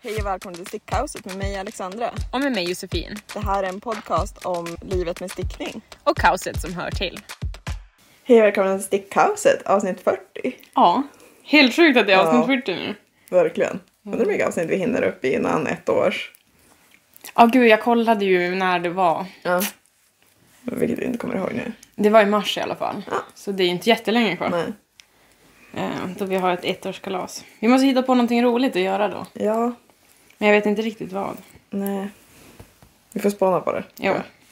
Hej och välkommen till Stickkaoset med mig Alexandra. Och med mig Josefin. Det här är en podcast om livet med stickning. Och kaoset som hör till. Hej och välkommen till Stickkaoset, avsnitt 40. Ja, helt sjukt att det är avsnitt 40 nu. Verkligen. Undrar hur mycket avsnitt vi hinner upp innan ett års. Ja, gud, jag kollade ju när det var. Ja. Vilket vi inte kommer ihåg nu. Det var i mars i alla fall. Ja. Så det är inte jättelänge kvar. Nej. Då vi har ett ettårskalas. Vi måste hitta på någonting roligt att göra då. Ja. Men jag vet inte riktigt vad. Nej. Vi får spana på det. Jo.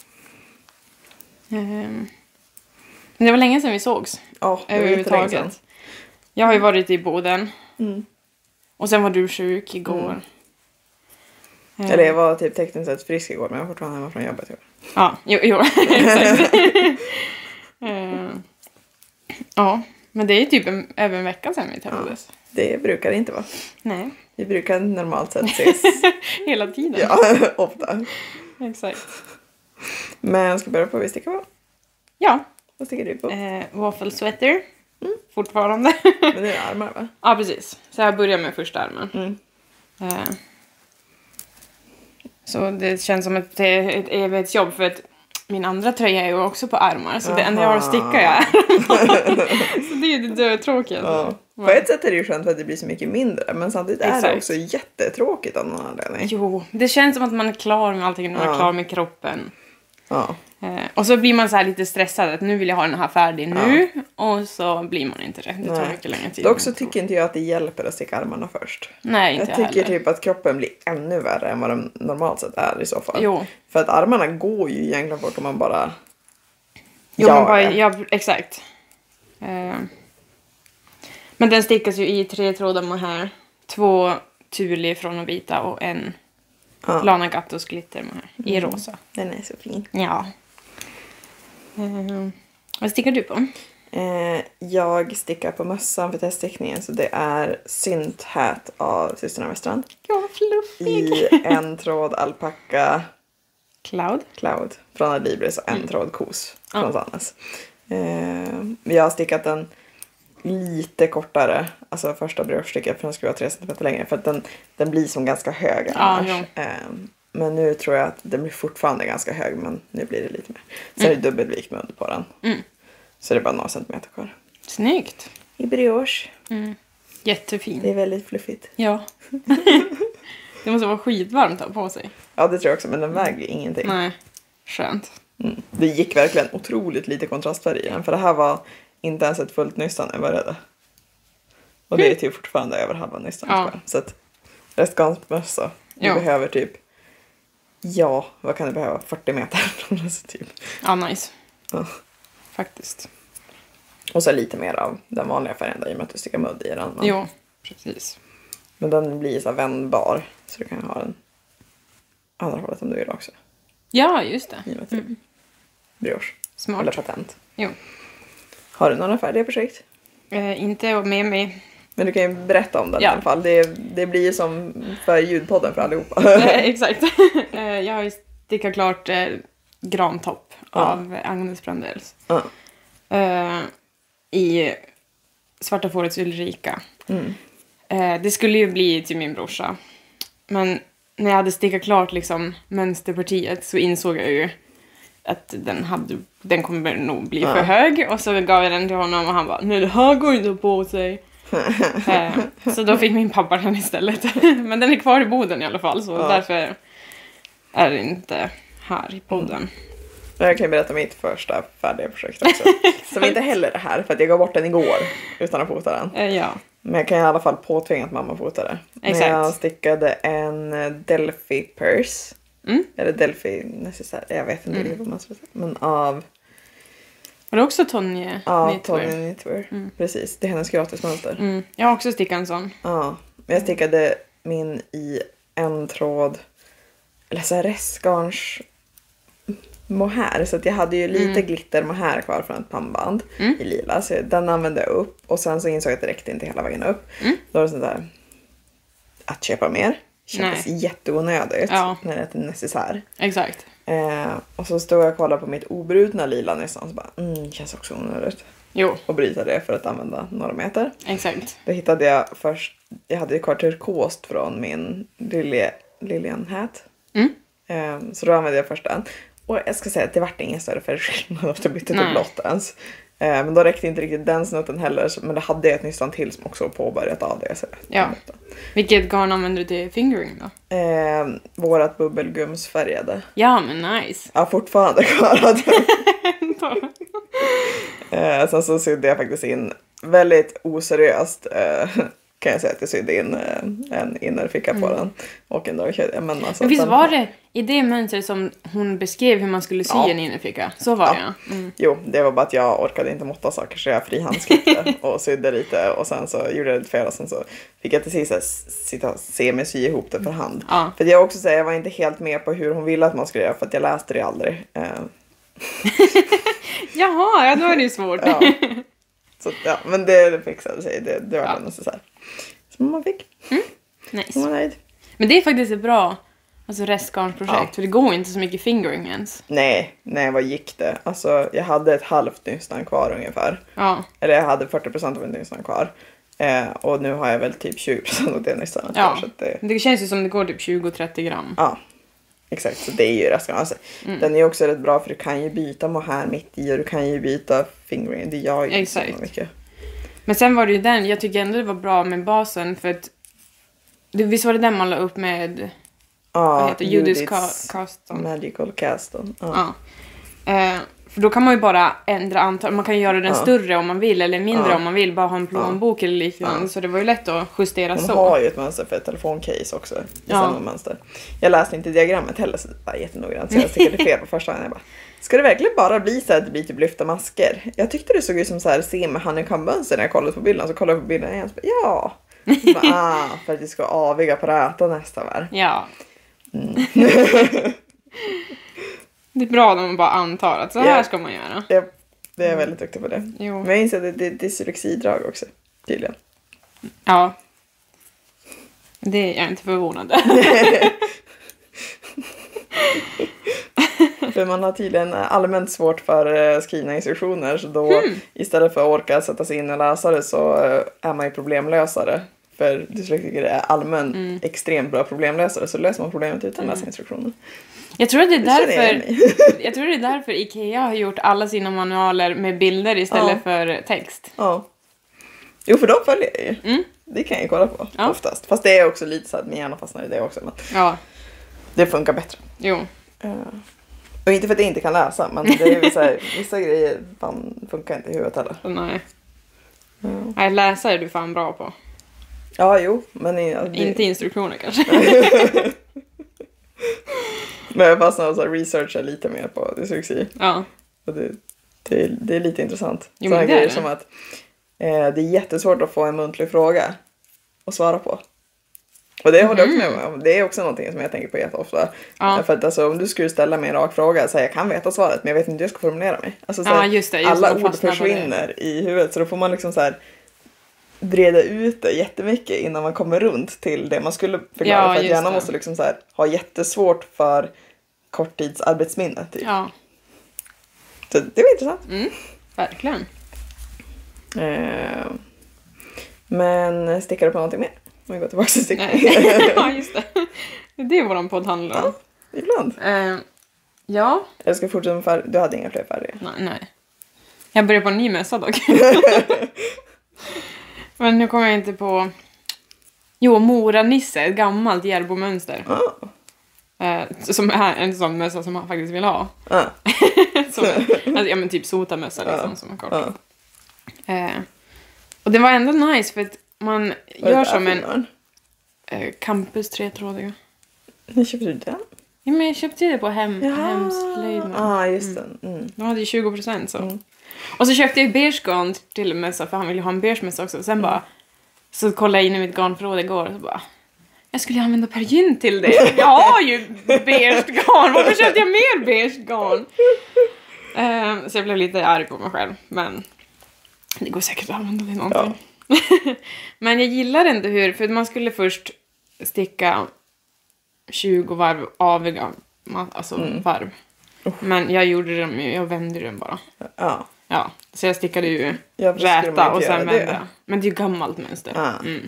Men det var länge sedan vi sågs. Ja, det var jättelänge sedan. Jag har ju varit i Boden. Mm. Och sen var du sjuk igår. Eller jag var typ tekniskt sett frisk igår, men jag var fortfarande hemma från jobbet. Ja, jo exakt. Ja, men det är typ över en vecka sedan vi träffades. Ja, det brukar det inte vara. Nej. Vi brukar normalt sett ses. Hela tiden. Ja, ofta. Exakt. Men ska vi börja på vad vi stickar på? Ja. Vad stickar du på? Waffle sweater. Fortfarande. Men det är armar, va? Ja, precis. Så jag börjar med första armen. Så det känns som att det är ett evighetsjobb för att min andra tröja är ju också på armar. Så det enda jag har att sticka är armar. Så det är ju det tråkiga. Ja. På ett sätt är det ju skönt för att det blir så mycket mindre. Men samtidigt är det också jättetråkigt av någon anledning. Jo, det känns som att man är klar med allting. Man är klar med kroppen. Ja. Och så blir man så här lite stressad att nu vill jag ha den här färdig nu. Och så blir man inte det. Det tar mycket längre tid. Dock så tycker inte jag att det hjälper att sticka armarna först. Nej, inte jag tycker typ att kroppen blir ännu värre än vad den normalt sett är i så fall. Jo. För att armarna går ju egentligen bort om man bara ja, exakt. Men den stickas ju i 3 trådar mohair. 2 tuli från och vita och en Lana Gattos glitter mohair i rosa. Den är så fin. Ja. Vad stickar du på? Jag stickar på mössan för teststickningen. Så det är Synth Hat av Systrarna Westrand. Ja, vad fluffig. I en tråd alpacka Cloud från Adlibris och en tråd kos från Sannes. Jag har stickat den lite kortare. Alltså första bröststycket för den ska vara 3 cm längre. För att den blir som ganska hög annars. Men nu tror jag att den blir fortfarande ganska hög. Men nu blir det lite mer. Så är det dubbelvikt med under på den. Så det är bara några centimeter kvar. Snyggt. I brioche. Jättefin. Det är väldigt fluffigt. Ja. Det måste vara skitvarmt att ha på sig. Ja, det tror jag också. Men den väger ingenting. Nej. Skönt. Det gick verkligen otroligt lite kontrastfärg i den. För det här var inte ens ett fullt nystan jag började. Och det är typ fortfarande över halva nystan. Ja. Så att restgansmössa. Du behöver typ... Ja, vad kan du behöva? 40 meter från det typ. Ja, nice. Ja. Faktiskt. Och så lite mer av den vanliga färgen där i och med att du stickar mudd i den. Jo, precis. Men den blir så här vändbar. Så du kan ha den andra hållet om du vill också. Ja, just det. I och med typ brioche. Smart. Eller patent. Jo. Har du några färdiga projekt? Inte med mig. Men du kan ju berätta om den i alla fall. Det blir ju som för ljudpodden för allihopa. Exakt. Jag har ju stickat klart Grantopp av Agnes Brandells. I Svarta fårets Ulrika. Det skulle ju bli till min brorsa. Men när jag hade stickat klart liksom mönsterpartiet så insåg jag ju att den kommer nog bli för hög. Och så gav jag den till honom och han bara, nej det här går inte på sig. Så då fick min pappa den istället. Men den är kvar i Boden i alla fall. Så därför är det inte här i podden. Jag kan berätta mitt första färdiga projekt också. Som inte heller är här. För att jag gav bort den igår utan att fota den. Ja. Men jag kan i alla fall påtvinga att mamma fotade. Exakt. Men jag stickade en Delphi purse. Eller Delphi necessär. Jag vet inte riktigt vad man ska säga. Men av... Var det också Tonje Knitwear? Ja, Tonje Knitwear. Precis. Det är hennes gratismönster. Jag har också stickat en sån. Ja. Men jag stickade min i en tråd. Eller så här restgarns mohair. Så att jag hade ju lite glitter mohair kvar från ett pannband i lila. Så den använde jag upp. Och sen så insåg jag att det räckte inte hela vägen upp. Då var det sånt där att köpa mer. Kändes jätteonödigt när det är necessär. Exakt. Och så stod jag och kollade på mitt obrutna lila nästan. Så bara, känns också onödigt. Jo. Och bryta det för att använda några meter. Exakt. Då hittade jag först, jag hade ju kvar turkost från min Lilian hat. Så då använde jag först den. Och jag ska säga att det vart ingen större skillnad att det bytte till blått ens. Men då räckte inte riktigt den snutten heller. Men det hade jag ett nystan till som också påbörjat av det. Så ja. Vilket garn använder du till fingering då? Vårat bubbelgumsfärgade. Ja, men nice. Ja, fortfarande kvar. Sen så sydde jag faktiskt in väldigt oseriöst. Kan jag säga att jag sydde in en innerficka på den och en dragkedja. Men alltså, visst var det i det mönstret som hon beskrev hur man skulle sy en innerficka? Så var det, ja. Jo, det var bara att jag orkade inte måtta saker så jag frihandsklippte och sydde lite och sen så gjorde jag lite fel och sen så fick jag till sist sitta och se mig sy ihop det för hand. Ja. För jag också säger jag var inte helt med på hur hon ville att man skulle göra för att jag läste det aldrig. Jaha, ja, då är det ju svårt. Ja. Så, ja, men det fixade sig. Det var nästan så här. Som man fick. Nice. Man var nöjd. Men det är faktiskt ett bra restgarnsprojekt. För det går inte så mycket fingering ens. Nej, vad gick det? Alltså, jag hade ett halvt nystan kvar ungefär. Ja. Eller jag hade 40% av ett nystan kvar. Och nu har jag väl typ 20% av det nystan kvar. Ja, Så att det känns ju som det går typ 20-30 gram. Ja, exakt. Så det är ju restgarn. Alltså, den är också rätt bra för du kan ju byta mohair mitt i och du kan ju byta fingering. Det gör ju inte så mycket. Men sen var det ju den, jag tycker ändå det var bra med basen för att visst var det den man la upp med vad heter Judiths Caston. Magical Caston. Ja. För då kan man ju bara ändra antal, man kan ju göra den större om man vill eller mindre om man vill, bara ha en plånbok eller liknande, så det var ju lätt att justera så. Man har ju ett mönster för ett telefoncase också, samma mönster. Jag läste inte diagrammet heller så det var jättenoggrant så jag tyckte det fel på första gången. Jag bara, ska det verkligen bara bli så att det blir typ lyfta masker? Jag tyckte det såg ut som så här semi-honeycomb-mönster när jag kollade på bilden, så kollade jag på bilden igen och bara, ja. Bara, för att vi ska aviga på räta nästa var. Ja. Det är bra när man bara antar att så här ska man göra. Ja, det är jag väldigt duktig på det. Jo. Men jag inser att det är dyslexi-drag också, tydligen. Ja. Det är jag inte förvånad. För man har tydligen allmänt svårt för skrivna instruktioner. Så då istället för att orka sätta sig in och läsa det så är man ju problemlösare. För dyslektiker är allmänt extremt bra problemlösare. Så löser man problemet utan läsa instruktioner. Jag tror att det är därför IKEA har gjort alla sina manualer med bilder istället för text. Ja. Jo, för de följer jag ju. Det kan jag kolla på oftast. Fast det är också lite så att min hjärna fastnar i det också. Men det funkar bättre. Jo. Och inte för att jag inte kan läsa, men det är så här, vissa grejer funkar inte i huvudet heller. Nej. Nej, läsa är du fan bra på. Ja, jo. Men inte instruktioner kanske. Men jag fastnar och så researchar lite mer på dyslexi. Ja. Och det är lite intressant. Jo, sådana men grejer som att det är jättesvårt att få en muntlig fråga och svara på. Och det håller jag också med om. Det är också någonting som jag tänker på jätteofta. Ja. För att alltså, om du skulle ställa mig en rak fråga så jag kan veta svaret men jag vet inte hur jag ska formulera mig. Alltså, så här, just det, alla ord försvinner i huvudet så då får man liksom så här breda ut det jättemycket innan man kommer runt till det man skulle förklara. För att hjärnan måste liksom så här, ha jättesvårt för korttidsarbetsminne. Typ. Ja. Så det var intressant. Verkligen. Men stickar du på någonting mer? Om vi går tillbaka till stickning. Ja, just det. Det är våran podd handlar om. Ja, ibland. Ja. Jag ska fortsätta med färg. Du hade inga fler färger. Nej. Jag börjar på en ny mässa dock. Men nu kommer jag inte på... Jo, Mora-Nisse, ett gammalt Järbo-mönster. Som är en sån mössa som man faktiskt vill ha. Men typ sotamössa liksom, som är kort. Och det var ändå nice för att man gör som en Campus 3-trådiga. När köpte du den? Ja, men jag köpte det på Hemslöjden. Just den. De hade ju 20% så. Och så köpte jag beige garn till en mössa för han ville ha en beige mössa också. Sen bara så kollade jag in i mitt garnförråd igår och så bara jag skulle ju använda pergyn till det. Jag har ju beige garn. Varför köpte jag mer beige garn? Så jag blev lite arg på mig själv. Men det går säkert att använda det någonting. Ja. Men jag gillar inte hur... För man skulle först sticka 20 varv aviga. Alltså varv. Men jag gjorde dem, jag vände den bara. Ja. Ja, så jag stickade ju Ja, varför skulle man räta inte och sen göra det? vända. Men det är ju gammalt mönster. Ah.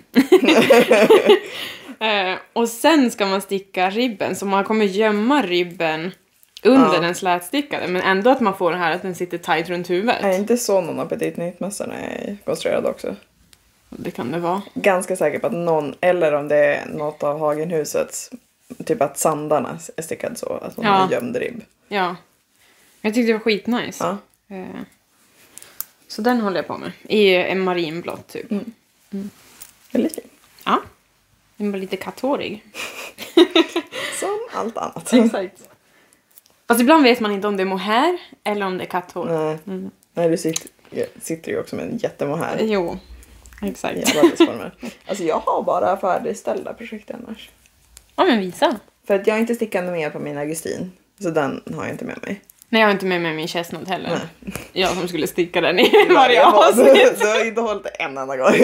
Och sen ska man sticka ribben, så man kommer gömma ribben under den slätstickade. Men ändå att man får det här att den sitter tight runt huvudet. Är inte så någon apetitnytmössan är konstruerad också? Det kan det vara. Ganska säker på att någon, eller om det är något av Hagenhusets, typ att sandarna är stickad så, att man har gömd ribb. Ja. Jag tyckte det var skitnice. Ja. Så den håller jag på med. I en marinblått typ. Väldigt fin. Ja. Den var lite katthårig. Som allt annat. Exakt. Fast ibland vet man inte om det är mohair eller om det är katthår. Nej, Nej du sitter ju också med en jättemohair. Jo, exakt. I alla dess former. Alltså jag har bara färdigställda projekt annars. Ja, men visa. För att jag har inte stickat mer på min Augustin. Så den har jag inte med mig. Nej, jag har inte med mig min chestnut heller. Nej. Jag som skulle sticka den i varje avsnitt. Så jag har inte hållit det en enda gång.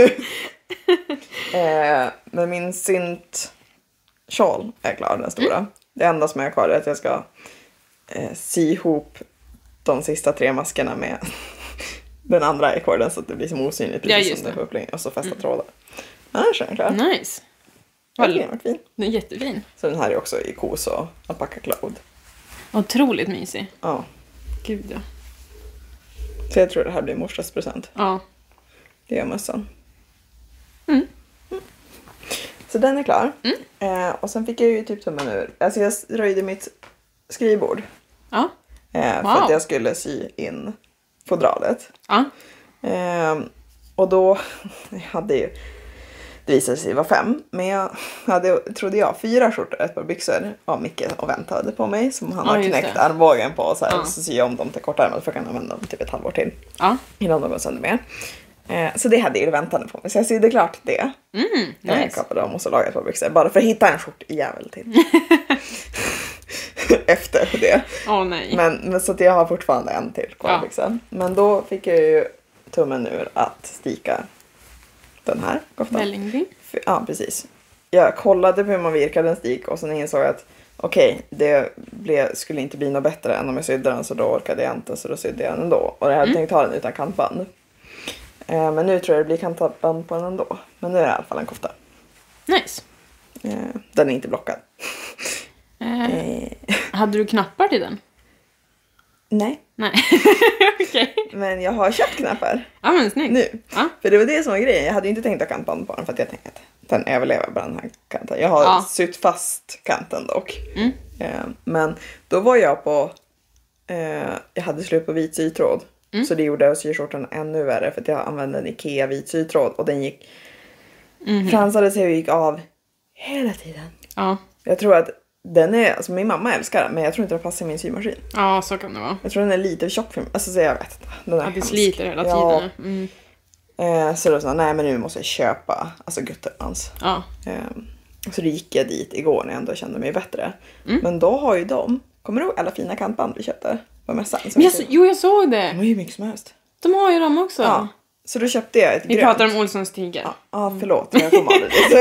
Men min synt shawl är klar, den stora. Det enda som är kvar är att jag ska sy ihop de sista 3 maskerna med den andra ekorden så att det blir som osynligt precis som det är på uppläggning. Och så fästa trådar. Men annars är den klar. Nice. Den har varit fin. Den är jättefin. Så den här är också i kos och alpaka cloud. Otroligt mysig. Ja. Gud, ja. Så jag tror det här blir morsas present. Ja. Det gör mössan. Så den är klar. Och sen fick jag ju typ tummen ur. Alltså jag röjde mitt skrivbord. Ja. För att jag skulle sy in fodralet. Ja. Och då hade ju, det visade sig vara 5. Men jag trodde jag 4 skjortor, ett par byxor av Micke och Vent hade på mig. Som han har knäckt armbågen på. Så, här, så syr jag om dem till kortärmar för att jag kan använda dem typ ett halvår till. Ja. Innan de går sönder mer. Så det hade jag ju väntande på mig. Så jag sydde klart det. Nice. Jag kapade dem och så lagade ett par byxor. Bara för att hitta en skjortjävel till. Efter det. Nej. Men så att jag har fortfarande en till byxa. Men då fick jag ju tummen ur att sticka den här koftan. Vällingby. Ja, precis. Jag kollade på hur man virkade en stik och sen insåg jag att det skulle inte bli något bättre än om jag sydde den, så då orkade jag inte, så då sydde jag den ändå. Och jag hade tänkt ha den utan kantband. Men nu tror jag det blir kantband på den ändå. Men nu är det i alla fall en kofta. Nice. Den är inte blockad. Hade du knappar till den? Nej. Okej. Men jag har köpt knappar. Ja, men snyggt. Nu. Ja. För det var det som var grejen. Jag hade ju inte tänkt ha kantband på den för att jag tänkte att den överlever bara den här kanten. Jag har sytt fast kanten dock. Men då var jag på... jag hade slut på vit sytråd. Så det gjorde syskjortan ännu värre för att jag använde en Ikea vit sytråd. Och den gick... fransade sig och gick av hela tiden. Ja. Jag tror att den är... Alltså min mamma älskar den, men jag tror inte den passar i min symaskin. Ja, så kan det vara. Jag tror den är lite tjock för mig. Alltså så jag vet inte. Den är det sliter hela tiden. Så då sa nej men nu måste jag köpa Guttermans. Ja. Så då gick jag dit igår när jag ändå kände mig bättre. Men då har ju kommer du ihåg alla fina kantband vi köpte på mässan? Jag såg det. De har ju mycket som helst. De har ju dem också. Ja. Så då köpte jag ett Vi grönt. pratar om Olssons tiger. Ja, förlåt. Jag kom aldrig dit.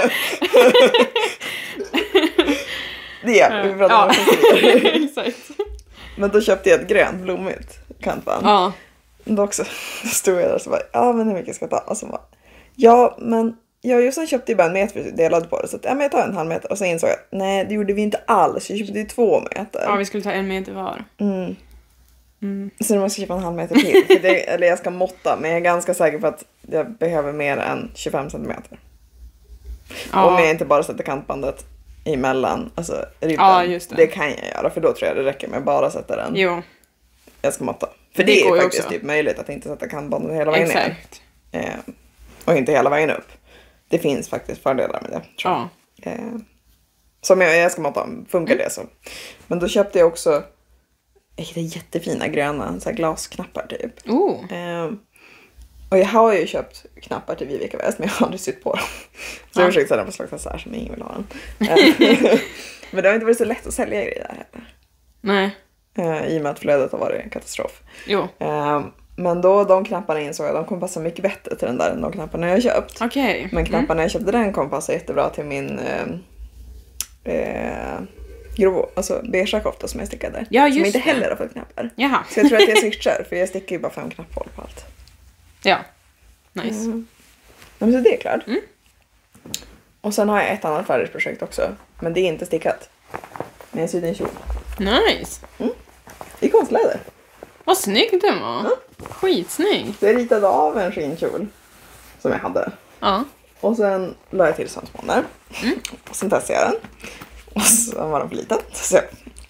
Vi pratar om Olssons tiger. Exakt. Men då köpte jag ett grönt blommigt kantband. Ja. Då också stod jag där och så bara, men hur mycket ska jag ta? Och så bara, men jag just köpte ju bara en meter för att delade på det. Så att, men jag tar en halv meter. Och så insåg jag, nej det gjorde vi inte alls. Jag köpte ju 2 meter. Ja, vi skulle ta 1 meter var. Så nu måste jag köpa en halv meter till. För eller jag ska måtta, men jag är ganska säker på att jag behöver mer än 25 centimeter. Ja. Om jag inte bara sätter kantbandet emellan, alltså ribben. Ja, just det. Det kan jag göra, för då tror jag det räcker med att bara sätta den. Jo. Jag ska måtta. För det är faktiskt också typ möjligt att inte sätta kantbandet hela vägen Exakt. ner. Och inte hela vägen upp. Det finns faktiskt fördelar med det, tror jag. Som jag ska måtta, funkar det så. Men då köpte jag också jag hittade jättefina gröna så här glasknappar typ. Och jag har ju köpt knappar till Vivica Väst, men jag har aldrig sytt på dem. Så jag har försökt sätta på slags så här som ingen vill ha den. Men det har inte varit så lätt att sälja grejer där heller. Nej. I och med att flödet har varit en katastrof. Jo. Men då de knapparna insåg jag, de kommer passa mycket bättre till den där än de knapparna jag har köpt. Okej. Men knapparna jag köpte den kommer passa jättebra till min grå, alltså beigea kofta som jag stickade. Ja, som just inte det. heller har fått knappar. Jaha. Så jag tror att jag switchar, för jag stickar ju bara 5 knapphål på allt. Ja. Nice. Men så det är klart. Och sen har jag ett annat färdigt projekt också. Men det är inte stickat. Men jag sydde en kjol. Nice. I konstläder. Vad snyggt den var. Skitsnygg. Så jag ritade av en skinnkjol. Som jag hade. Ja. Och sen la jag till svansmånar. Och sen testade jag den. Och sen var den för liten. Så.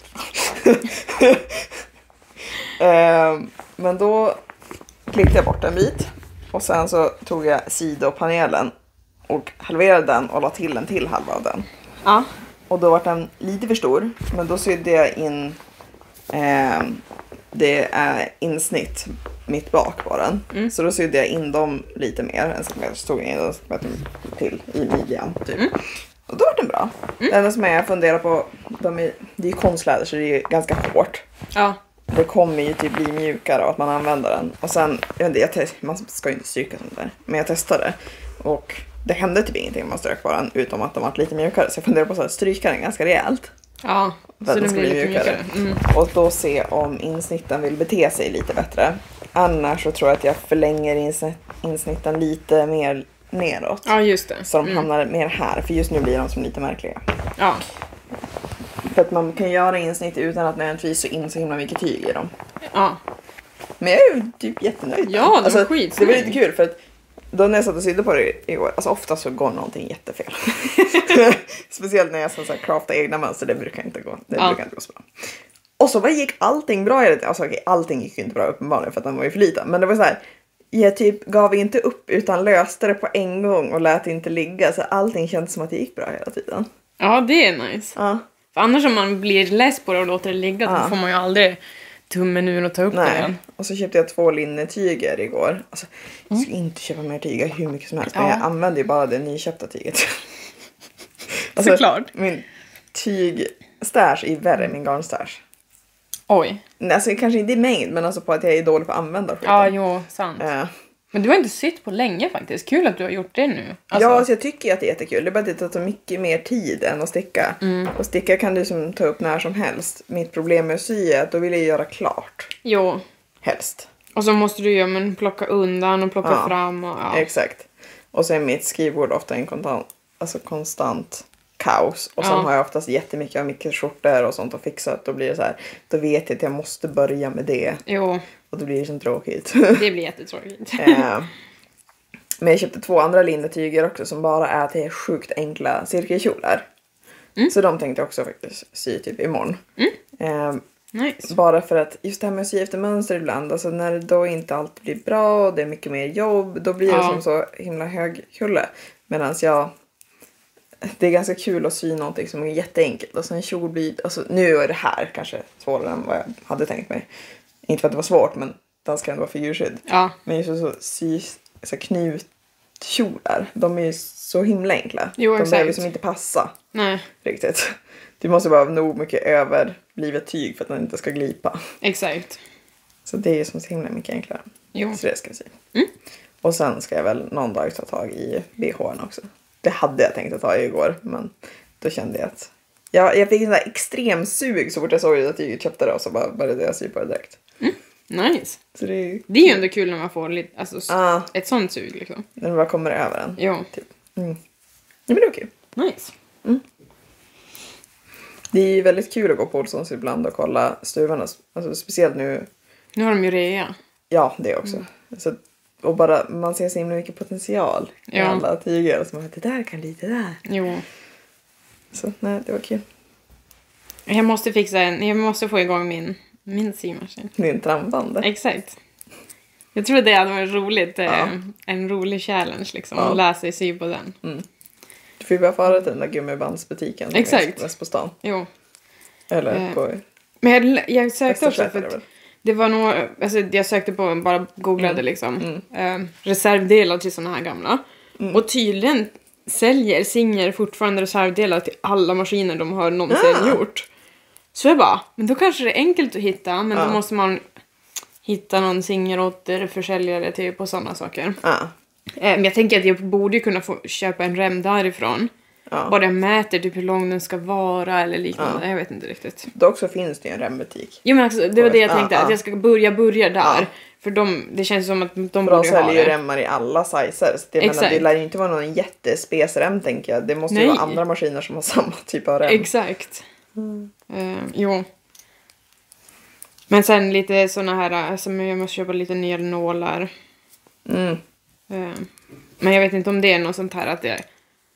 Men då klippte jag bort en bit. Och sen så tog jag sidopanelen och halverade den och la till en till halva av den. Ja. Och då var den lite för stor. Men då sydde jag in det är insnitt mitt bak på den. Så då sydde jag in dem lite mer. En centimeter, så tog jag in dem till i midjan typ. Och då var den bra. Det enda som jag funderar på, det är ju konstläder så det är ganska hårt. Ja. Det kommer ju typ bli mjukare av att man använder den. Och sen, man ska ju inte stryka sånt där. Men jag testade. Och det hände typ ingenting om man strök på den. Utom att den var lite mjukare. Så jag funderar på att stryka den ganska rejält. Ja, så den blir lite mjukare. Och då se om insnitten vill bete sig lite bättre. Annars så tror jag att jag förlänger insnitten lite mer neråt. Ja, just det. Så de hamnar mer här. För just nu blir de som lite märkliga. Ja. För att man kan göra insnitt utan att nödvändigtvis så in så himla mycket tyg i dem. Ja. Men jag är ju typ jättenöjd. Ja, det var skitsnygg. Det var lite kul för att då när jag satt och sydde på det igår, alltså ofta så går någonting jättefel. Speciellt när jag så här craftar egna mönster, det brukar inte gå. Det brukar inte gå så bra. Och så gick allting bra. Alltså okej, allting gick ju inte bra uppenbarligen för att den var ju för liten. Men det var så här, jag typ gav inte upp utan löste det på en gång och lät inte ligga. Så allting kändes som att det gick bra hela tiden. Ja, det är nice. Ja. För annars om man blir less på det och låter det ligga, då får man ju aldrig tummen ur och ta upp det igen. Och så köpte jag 2 linnetyger igår. Alltså, jag ska inte köpa mer tyger hur mycket som helst. Men jag använder ju bara det nyköpta tyget. Alltså, såklart. Min tygstash är värre än min garnstash. Oj. Alltså kanske inte i mängd, men alltså på att jag är dålig på att använda skiten. Ja, jo, sant. Men du har inte sytt på länge faktiskt. Kul att du har gjort det nu. Alltså. Ja, så jag tycker att det är jättekul. Det är bara att det tar mycket mer tid än att sticka. Och sticka kan du som ta upp när som helst. Mitt problem med att sy är att då vill jag göra klart. Jo. Helst. Och så måste du ju plocka undan och plocka fram. Och, Exakt. Och sen mitt skrivbord ofta en konstant kaos. Och sen har jag oftast jättemycket av mycket skjortor och sånt att fixa. Då blir det så här, då vet jag att jag måste börja med det. Jo. Och då blir det så tråkigt. Det blir jättetråkigt. Men jag köpte 2 andra linnetyger också som bara är till sjukt enkla cirkelkjolar. Så de tänkte jag också faktiskt sy typ imorgon. Nice. Bara för att just det här med att sy efter mönster ibland. Alltså när det då inte alltid blir bra och det är mycket mer jobb. Då blir det som så himla hög kulle. Medan det är ganska kul att sy någonting som är jätteenkelt. Och sen kjol blir, alltså nu är det här kanske svårare än vad jag hade tänkt mig. Inte för att det var svårt, men den ska ändå vara figurskydd. Ja. Men just så knutkjolar, de är ju så himla enkla. Jo, de exakt. behöver liksom inte passa. Nej. Riktigt. Du måste bara ha nog mycket överblivet tyg för att den inte ska glipa. Exakt. Så det är som så himla mycket enklare. Jo. Så det ska jag sy. Och sen ska jag väl någon dag ta tag i BH:n också. Det hade jag tänkt att ta igår, men då kände jag att jag fick en sån där extrem sug så fort jag såg att jag köpte det och så bara började jag sy på det direkt. Nice. Så det är ju ändå kul när man får lite, alltså, ett sånt sug liksom. När man bara kommer över den. Jo. Typ. Ja, men det är okej. Nice. Det är ju väldigt kul att gå på Olssons ibland och kolla stuvarna. Alltså speciellt nu. Nu har de ju rea. Ja, det också. Så, och bara man ser så himla mycket potential i alla tyger. Och så man, det där kan bli det där. Jo. Så nej, det var kul. Jag måste få igång min symaskin. Din tramband. Exakt. Jag tror det hade varit roligt. En rolig challenge liksom. Att lära sig sy på den. Du får ju bara fara till den där gummibandsbutiken. Exakt. Väst på stan. Jo. Eller på... Men jag sökte också för att det var nog, alltså jag sökte på, bara googlade liksom. Reservdelar till såna här gamla. Och tydligen säljer Singer fortfarande reservdelar till alla maskiner de har någonsin gjort. Så jag bara, men då kanske det är enkelt att hitta. Men då måste man hitta någon Singer-återförsäljare typ och sådana saker. Men jag tänker att jag borde kunna få köpa en rem därifrån. Ja. Bara jag mäter typ hur lång den ska vara eller liknande. Jag vet inte riktigt. Dock så finns det ju en rembutik. Jo men alltså, det var det jag tänkte. Att jag ska börja där. Ja. För det känns som att de borde ha det. De säljer ju remmar i alla sizar. Så det, menar, det lär ju inte vara någon jättespec-rem tänker jag. Det måste ju vara andra maskiner som har samma typ av rem. Exakt. Jo. Men sen lite såna här, alltså jag måste köpa lite nya nålar. Men jag vet inte om det är något sånt här att det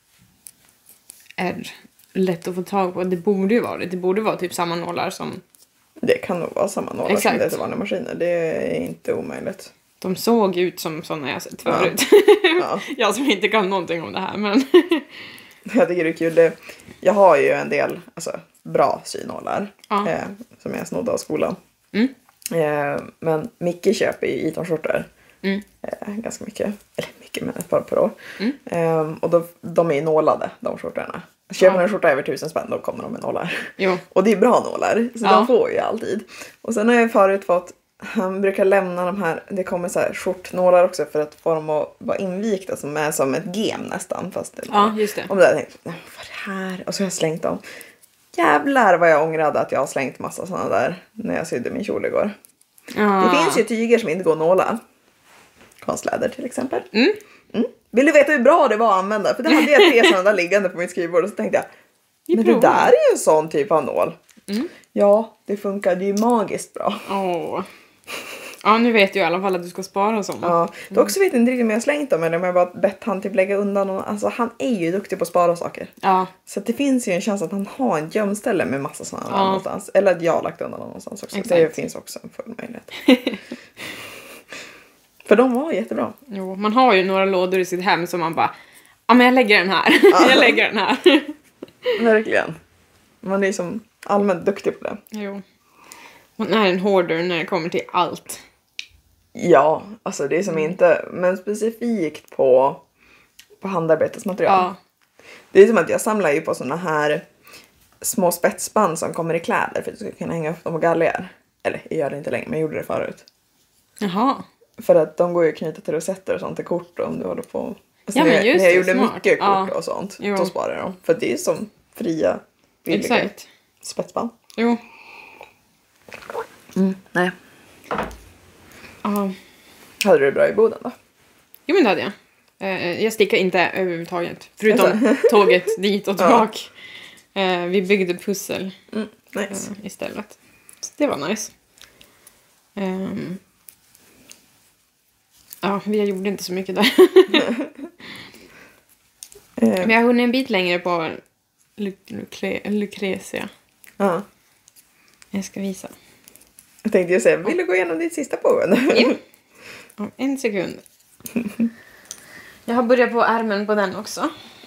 är lätt att få tag på. Det borde ju vara det. Det borde vara typ samma nålar som... Det kan nog vara samma nålar som det är till vanliga maskiner. Det är inte omöjligt. De såg ut som sådana jag sett förut. Ja. Jag som inte kan någonting om det här, men... Jag tycker det är kul. Jag har ju en del bra synålar som jag snodde av skolan. Men Micke köper ju Eton-skjortor ganska mycket. Eller mycket, men ett par per år. Och de är ju nålade, de skjortorna. Köper man en skjorta över 1000 spänn, då kommer de med nålar. Jo. Och det är bra nålar, så de får ju alltid. Och sen har jag förut fått, han brukar lämna de här, det kommer så här skjortnålar också för att få dem att vara invikta som är som ett gem nästan. Fast det, just det. Och där tänkte jag, vad är det här? Och så har jag slängt dem. Jävlar vad jag ångrade att jag har slängt massa sådana där när jag sydde min kjol igår. Det finns ju tyger som inte går att nåla. Konstläder till exempel. Vill du veta hur bra det var att använda? För det hade jag 3 sådana där liggande på mitt skrivbord. Och så tänkte jag, men det där är ju en sån typ av nål. Ja, det funkade ju magiskt bra. Ja, nu vet jag i alla fall att du ska spara sådana. Ja, dock så vet jag inte riktigt om jag har slängt dem. Eller om jag bara bett han typ lägga undan. Alltså han är ju duktig på att spara saker. Ja. Så det finns ju en chans att han har en gömställe med massa sådana någonstans. Eller att jag har lagt undan dem någonstans också. Exakt. Det finns också en full möjlighet. För de var jättebra. Jo, man har ju några lådor i sitt hem som man bara, ja men jag lägger den här. Jag lägger den här. Verkligen. Man är som allmänt duktig på det. Jo. Man är en hoarder när det kommer till allt. Ja, alltså det är som inte, men specifikt på handarbetesmaterial. Ja. Det är som att jag samlar ju på såna här små spetsband som kommer i kläder för att du ska kunna hänga upp dem på galgar. Eller jag gör det inte längre, men jag gjorde det förut. Jaha. För att de går ju att knyta till rosetter och sånt till kort om du håller på. Alltså ja, men just när jag gjorde smart. mycket kort och sånt, då sparar jag dem. För det är som fria, billiga spetsband. Jo. Nej. Hade du det bra i Boden då? Jo men det hade jag. Jag stickade inte överhuvudtaget. Förutom tåget dit och tillbaka. Vi byggde pussel nice. Istället. Så det var nice. Vi gjorde inte så mycket där. Men jag har hunnit en bit längre på Lucrezia. Jag ska visa. Jag tänkte ju säga, vill du gå igenom ditt sista boende? Ja. En sekund. Jag har börjat på ärmen på den också.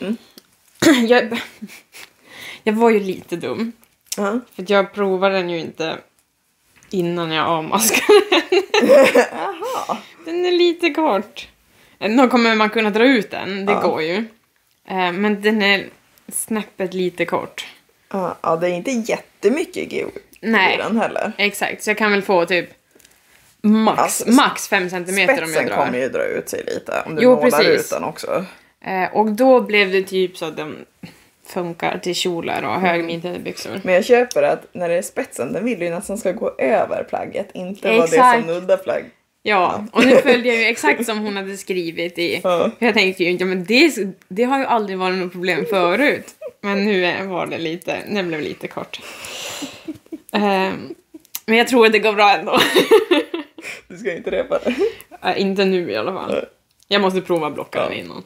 Jag var ju lite dum. För jag provade den ju inte innan jag avmaskade den. Den är lite kort. Då kommer man kunna dra ut den, det går ju. Men den är snäppet lite kort. Ja, det är inte jättemycket i den heller. Exakt, så jag kan väl få typ max 5 centimeter om jag drar. Spetsen kommer ju dra ut sig lite om du målar ut den också. Och då blev det typ så att den funkar till kjolar och högmidjade byxor. Men jag köper att när det är spetsen, den vill ju nästan ska gå över plagget. Inte vara det som nuddar plagg. Ja, och nu följde jag ju exakt som hon hade skrivit i. Jag tänkte ju inte, men det har ju aldrig varit något problem förut. Men nu var det lite, den blev lite kort. Men jag tror att det går bra ändå. Du ska inte repa det? Inte nu i alla fall. Jag måste prova blockaren innan.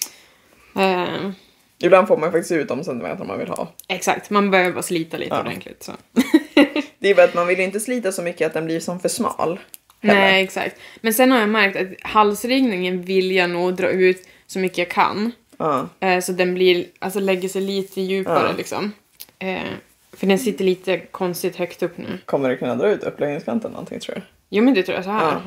Ibland får man faktiskt ut de centimeter man vill ha. Exakt, man behöver bara slita lite ordentligt. Så. Det är bara att man vill inte slita så mycket att den blir som för smal. Heller. Nej, exakt. Men sen har jag märkt att halsringningen vill jag nog dra ut så mycket jag kan. Så den blir, alltså lägger sig lite djupare liksom. För den sitter lite konstigt högt upp nu. Kommer du kunna dra ut uppläggningskanten någonting tror du? Jo men det tror jag så här.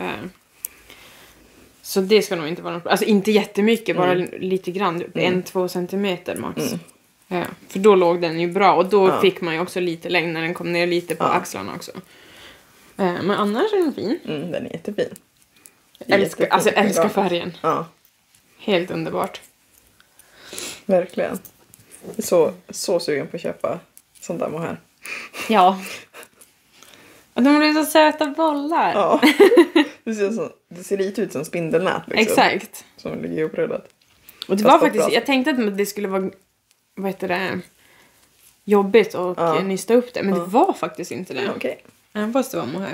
Så det ska nog inte vara något. Alltså inte jättemycket, bara lite grann. 1-2 centimeter max. För då låg den ju bra. Och då fick man ju också lite längd när den kom ner lite på axlarna också. Men annars är den fin. Den är jättefin. Älskar färgen. Helt underbart. Verkligen. Så sugen på att köpa sånt där mohair. Ja. Och de blir så söta bollar. Ja. Det ser lite ut som spindelnät. Liksom, Exakt. som ligger upprullat. Och det var faktiskt, jag tänkte att det skulle vara, jobbigt att nysta upp det. Men det var faktiskt inte det. Okej. Även fast det var mohair.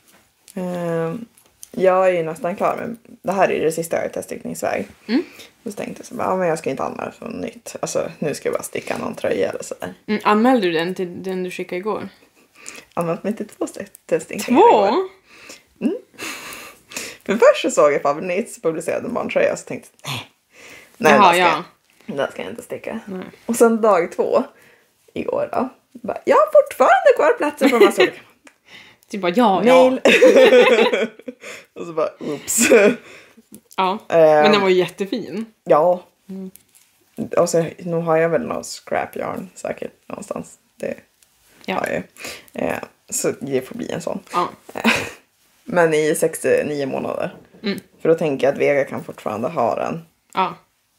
Jag är ju nästan klar med, det här är det sista jag är teststickningsväg. Så tänkte jag så, men jag ska inte använda för något nytt. Alltså nu ska jag bara sticka någon tröja eller sådär. Anmälde du den till den du skickade igår? Använt mig till 2 teststickningar 2? För först så såg jag Fabernitz publicerade en barntröja så tänkte jag, nej, den ska jag inte sticka. Nej. Och sen dag 2 igår då. Bara, jag har fortfarande kvar platser på massa olika. Typ bara, ja. Och så bara, oops. Ja, men den var ju jättefin. Ja. Och så nu har jag väl någon scrap yarn säkert någonstans. Det har jag. Så det får bli en sån. Ja. Men i 69 månader. För då tänker jag att Vega kan fortfarande ha den. Ja.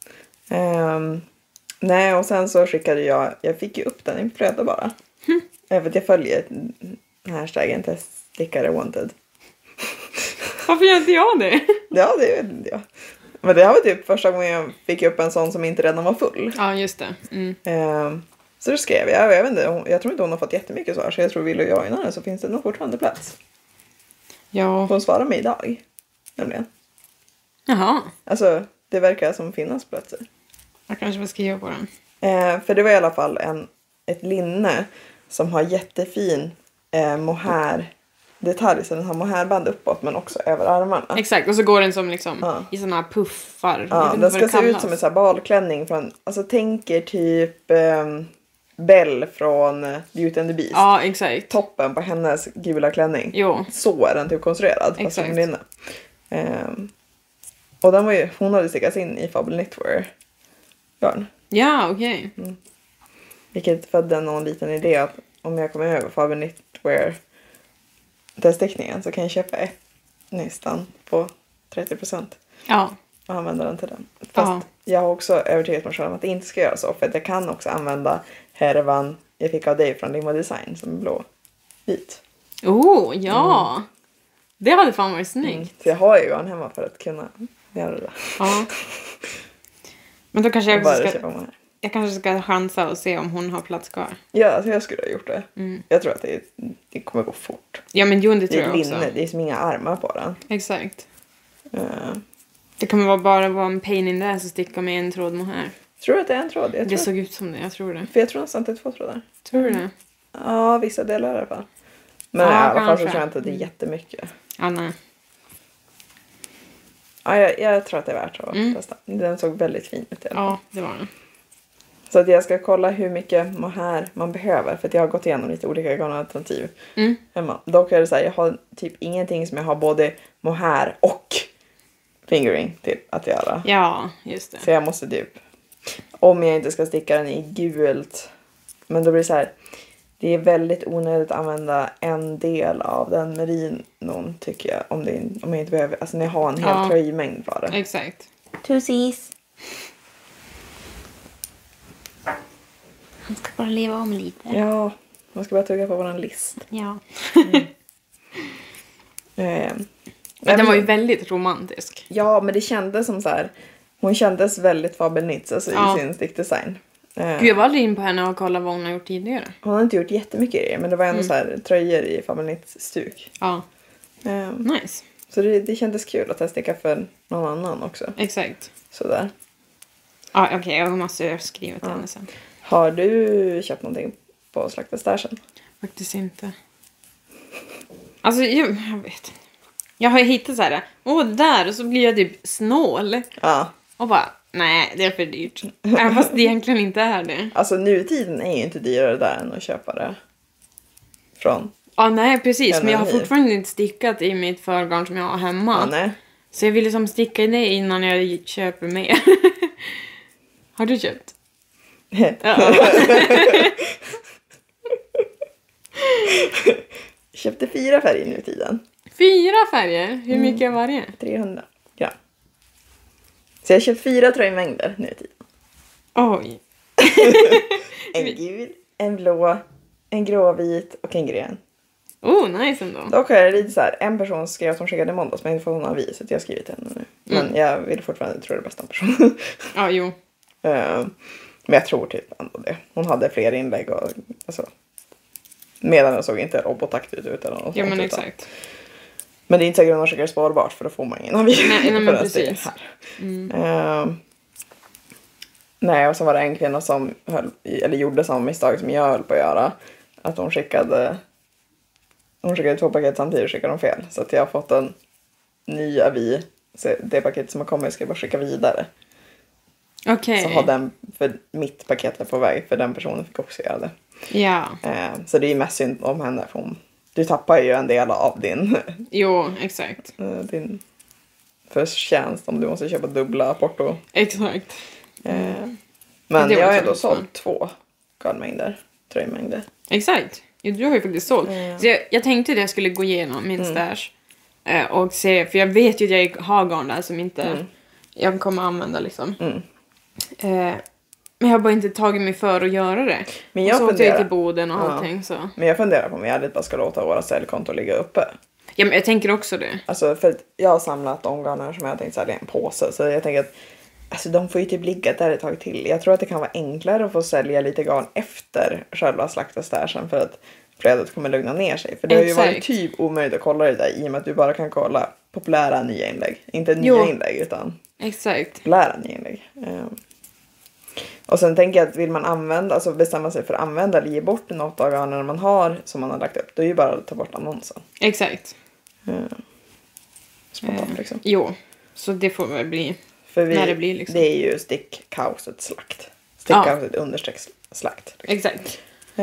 Nej, och sen så skickade jag fick ju upp den i flöde bara. För att jag följer hashtaggen teststickare wanted. Varför gör inte jag det? Ja, det vet inte jag. Men det här var typ första gången jag fick upp en sån som inte redan var full. Ja, just det. Så då skrev jag vet inte, jag tror inte hon har fått jättemycket svar. Så jag tror vill du joina henne så finns det nog fortfarande plats. Ja. Hon svarar mig idag. Nämligen. Jaha. Alltså, det verkar som finnas platser. Jag kanske får skriva på den. För det var i alla fall ett linne som har jättefin mohair detalj. Så den har mohairband uppåt men också över armarna. Exakt, och så går den som liksom i såna här puffar. Ja, den ska se ut som en sån här balklänning från, alltså tänker typ Belle från Beauty and the Beast. Ja, exakt. Toppen på hennes gula klänning. Jo. Så är den typ konstruerad. Exakt. Fast som linne. Och den var ju, hon hade stickats in i Fable Knitwear garn. Ja, okej. Vilket födde någon liten idé att om jag kommer över Fable Knitwear teststickningen så kan jag köpa ett nystan på 30%. Ja. Och använda den till den. Fast jag har också övertygat mig själv om att det inte ska göra så. För att jag kan också använda härvan jag fick av dig från Lima Design som är blå-vit. Oh, ja. Det hade fan varit snyggt. Så jag har ju den hemma för att kunna göra det. Ja. Men då kanske jag kanske ska chansa och se om hon har plats kvar. Ja, alltså jag skulle ha gjort det. Jag tror att det kommer gå fort. Ja, men det tror jag också. Det är som inga armar på den. Exakt. Det kommer bara vara en pain in the ass att sticka med en tråd mohair. Tror du att det är en tråd? Det såg ut som det, jag tror det. För jag tror nästan att det är 2 trådar. Tror du det? Ja, vissa delar i alla fall. Men i alla fall så tror jag inte att det är jättemycket. Ja, nej. Ja, jag tror att det är värt att testa. Den såg väldigt fin ut. Ja, det var den. Så att jag ska kolla hur mycket mohair man behöver. För att jag har gått igenom lite olika garnalternativ hemma. Dock är det så här, jag har typ ingenting som jag har både mohair och fingering till att göra. Ja, just det. Så jag måste typ, om jag inte ska sticka den i gult. Men då blir det så här, det är väldigt onödigt att använda en del av den merinon tycker jag. Om jag inte behöver, alltså när jag har en hel tröjmängd för det. Exakt. Tusis. Han ska bara leva om lite. Ja, man ska bara tugga på våran list. Ja. Den var ju väldigt romantisk. Ja, men det kändes som så här. Hon kändes väldigt Fabelnitz alltså i sin stickdesign. Jag var aldrig in på henne och kollade vad hon har gjort tidigare. Hon har inte gjort jättemycket grejer, men det var ändå så här tröjor i Fabelnitz-stuk. Ja. Nice. Så det kändes kul att sticka för någon annan också. Exakt. Sådär. Ja, okej. Jag måste skriva till henne sen. Har du köpt någonting på Slaktastashen? Faktiskt inte. Alltså, jag vet inte. Jag har hittat så här, där, och så blir jag typ snål. Ja. Och bara, nej, det är för dyrt. Även fast det egentligen inte är det. Alltså nutiden är ju inte dyrare där än att köpa det från. Ja, nej, precis. Men jag har fortfarande inte stickat i mitt förgarn som jag har hemma. Ja, nej. Så jag vill liksom sticka i det innan jag köper mer. Har du köpt? Ja. Köpte 4 färger nu i tiden. 4 färger? Hur mycket är varje? 300 gram. Så jag köpt 4 tröjmängder nu i tiden. Oj. En gul, en blå, en gråvit och en grön. Nice ändå. Dock är det lite så här, en person skrev att hon skickade i måndags men inte fått någon avi så jag har skrivit henne nu. Men jag vill fortfarande tro det bästa om personen. Ja, jo. Men jag tror typ ändå det. Hon hade fler inlägg och alltså, medan den såg inte robotaktigt ut eller något Ja, sånt, men utan. exakt. Men det är inte säkert att man skickar spårbart för då får man ingen avi. Nej, men precis. Nej, och så var det en kvinna som gjorde samma misstag som jag höll på att göra. Att hon skickade 2 paket samtidigt och skickade de fel. Så att jag har fått en ny avi. Så det paket som har kommit ska jag bara skicka vidare. Okej. Så har den, för mitt paket är på väg, för den personen fick också göra det. Ja. Så det är mest synd om henne. För du tappar ju en del av din förtjänst om du måste köpa dubbla porto. Exakt. Men jag har ändå tråkigt. sålt 2 garnmängder, tröjmängder. Exakt. Jo, du har ju faktiskt sålt. Så jag tänkte att jag skulle gå igenom min stash och se, för jag vet ju att jag har garn där som inte jag kommer använda liksom. Men jag har bara inte tagit mig för att göra det. Men jag och så åkte jag funderar. till Boden och allting så. Men jag funderar på om jag bara ska låta våra säljkonto ligga uppe. Ja, men jag tänker också det. Alltså för att jag har samlat de garner som jag har tänkt sälja i en påse. Så jag tänker att alltså, de får ju typ ligga där ett tag till. Jag tror att det kan vara enklare att få sälja lite garn efter själva slaktastashen för att flödet kommer lugna ner sig. För det har ju varit typ omöjligt att kolla det där i och med att du bara kan kolla populära nya inlägg. Inte nya inlägg utan populära nya inlägg. Och sen tänker jag att vill man använda, alltså bestämma sig för att använda eller ge bort något av garnen man har som man har lagt upp, då är ju bara att ta bort annonsen. Exakt. Spontant liksom. Jo, så det får väl bli för när det blir liksom. Det är ju stickkaoset slakt. Stickkaoset understreck slakt. Liksom. Exakt.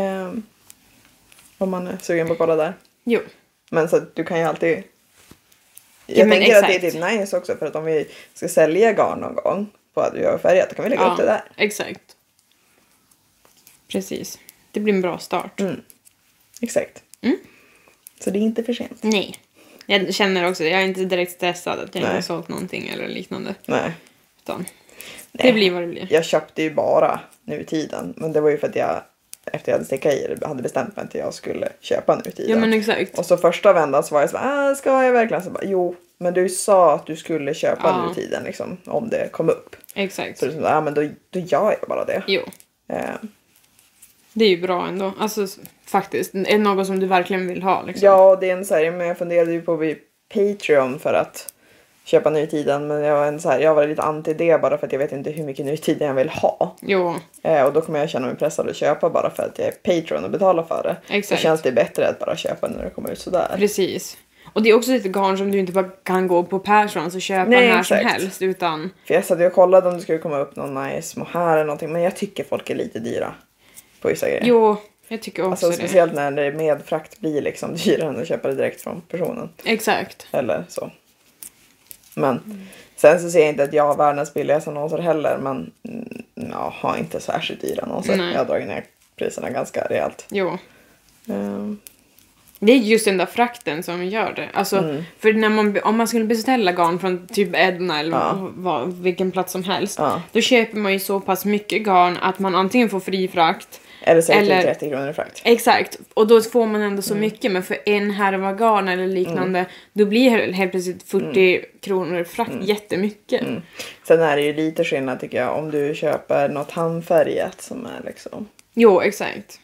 Om man är sugen på att kolla där. Jo. Men så att du kan ju alltid... Jag tänker att det är typ nice också för att om vi ska sälja garn någon gång på att vi har färgat, då kan vi lägga upp det där. Exakt. Precis. Det blir en bra start. Exakt. Så det är inte för sent. Nej. Jag känner också, jag är inte direkt stressad att jag inte har sålt någonting eller liknande. Nej. Utan det blir vad det blir. Jag köpte ju bara nu i tiden. Men det var ju för att jag, efter jag hade stickat i det, hade bestämt mig att jag skulle köpa nu i tiden. Ja, men exakt. Och så första vändan så var jag så här, ska jag verkligen? Så bara, jo, men du sa att du skulle köpa nu i tiden liksom, om det kom upp. Exakt. Så det är så, men då gör jag bara det. Jo. Det är ju bra ändå. Alltså faktiskt. Är det något som du verkligen vill ha? Liksom? Ja, det är en serie. Men jag funderade ju på vid Patreon för att köpa nu i tiden. Men jag var lite anti det bara för att jag vet inte hur mycket nu i tiden jag vill ha. Jo. Och då kommer jag känna mig pressad att köpa bara för att jag är Patreon och betalar för det. Exakt. Så känns det bättre att bara köpa när det kommer ut sådär. Precis. Och det är också lite garn som du inte bara kan gå på Persons och köpa när som helst. Utan... För jag satt och kollade om det skulle komma upp någon nice mohair eller någonting. Men jag tycker folk är lite dyra på vissa grejer. Jo, jag tycker också alltså, det. Speciellt när det med frakt blir liksom dyrare än att köpa det direkt från personen. Exakt. Eller så. Men sen så ser jag inte att jag har världens billigaste annonser heller. Men jag har inte särskilt dyra annonser. Nej. Jag har dragit ner priserna ganska rejält. Jo. Det är just den där frakten som gör det. Alltså, för när om man skulle beställa garn från typ Edna eller vilken plats som helst. Då köper man ju så pass mycket garn att man antingen får fri frakt. Eller säkert 30 kronor i frakt. Exakt. Och då får man ändå så mycket. Men för en härva garn eller liknande. Då blir helt plötsligt 40 kronor i frakt jättemycket. Sen är det ju lite skillnad tycker jag. Om du köper något handfärgat som är liksom. Jo, exakt.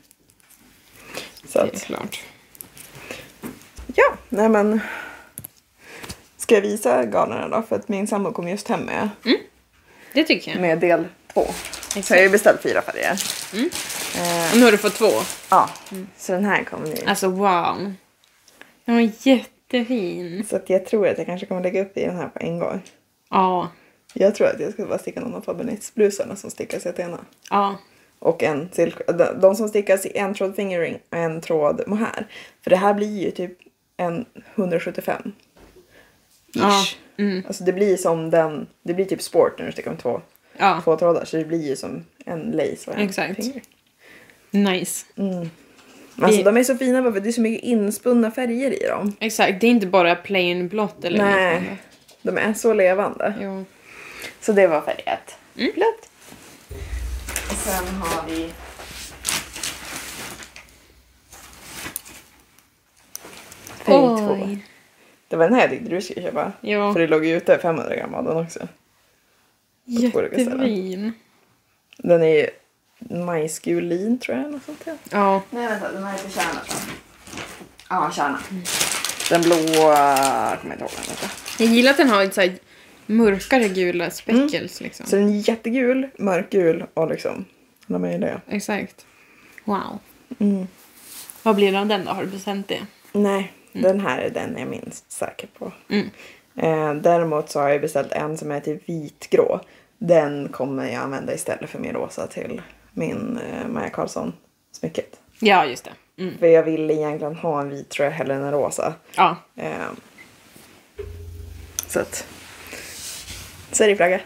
Så det är klart. Ja, nej men. Ska jag visa garnerna då? För att min sambo kom just hem med. Det tycker jag. Med del 2. Så jag har ju beställt 4 färger. Och nu har du fått 2. Ja, så den här kommer nu. Alltså wow. Den var jättefin. Så att jag tror att jag kanske kommer lägga upp i den här på en gång. Ja. Jag tror att jag ska bara sticka någon av Fabernitz-blusarna som stickas i Athena. Ja. Och en de som stickas i en tråd fingering och en tråd mohair. För det här blir ju typ en 175. Ish. Alltså det blir som det blir typ sport när du stickar med två trådar. Så det blir ju som en lace och en fingering. Nice. Alltså de är så fina för det är så mycket inspunna färger i dem. Exakt, det är inte bara plain blått eller liknande. Nej, de är så levande. Jo. Så det var färg 1. Blått. Sen har vi Fairy 2. Oj. Det var den här jag tyckte du skulle köpa. Ja. För det låg ju ute 500 gram av den också. Jättefin. Den är ju majsgul lin tror jag. Något sånt där. Ja. Nej vänta, den här heter Kärna tror jag. Ja, Kärna. Den blåa, kommer jag inte ihåg den heter. Jag gillar att den har ett så här mörkare gula speckles liksom. Så den är jättegul, mörkgul och liksom, alla möjliga. Exakt. Wow. Mm. Vad blir det av den då? Har du bestämt det? Nej, den här är den jag är minst säker på. Mm. Däremot så har jag beställt en som är till vitgrå. Den kommer jag använda istället för min rosa till min Maja Karlsson-smycket. Ja, just det. Mm. För jag vill egentligen ha en vit tror jag hellre än en rosa. Ja. Så att... Serieflagga.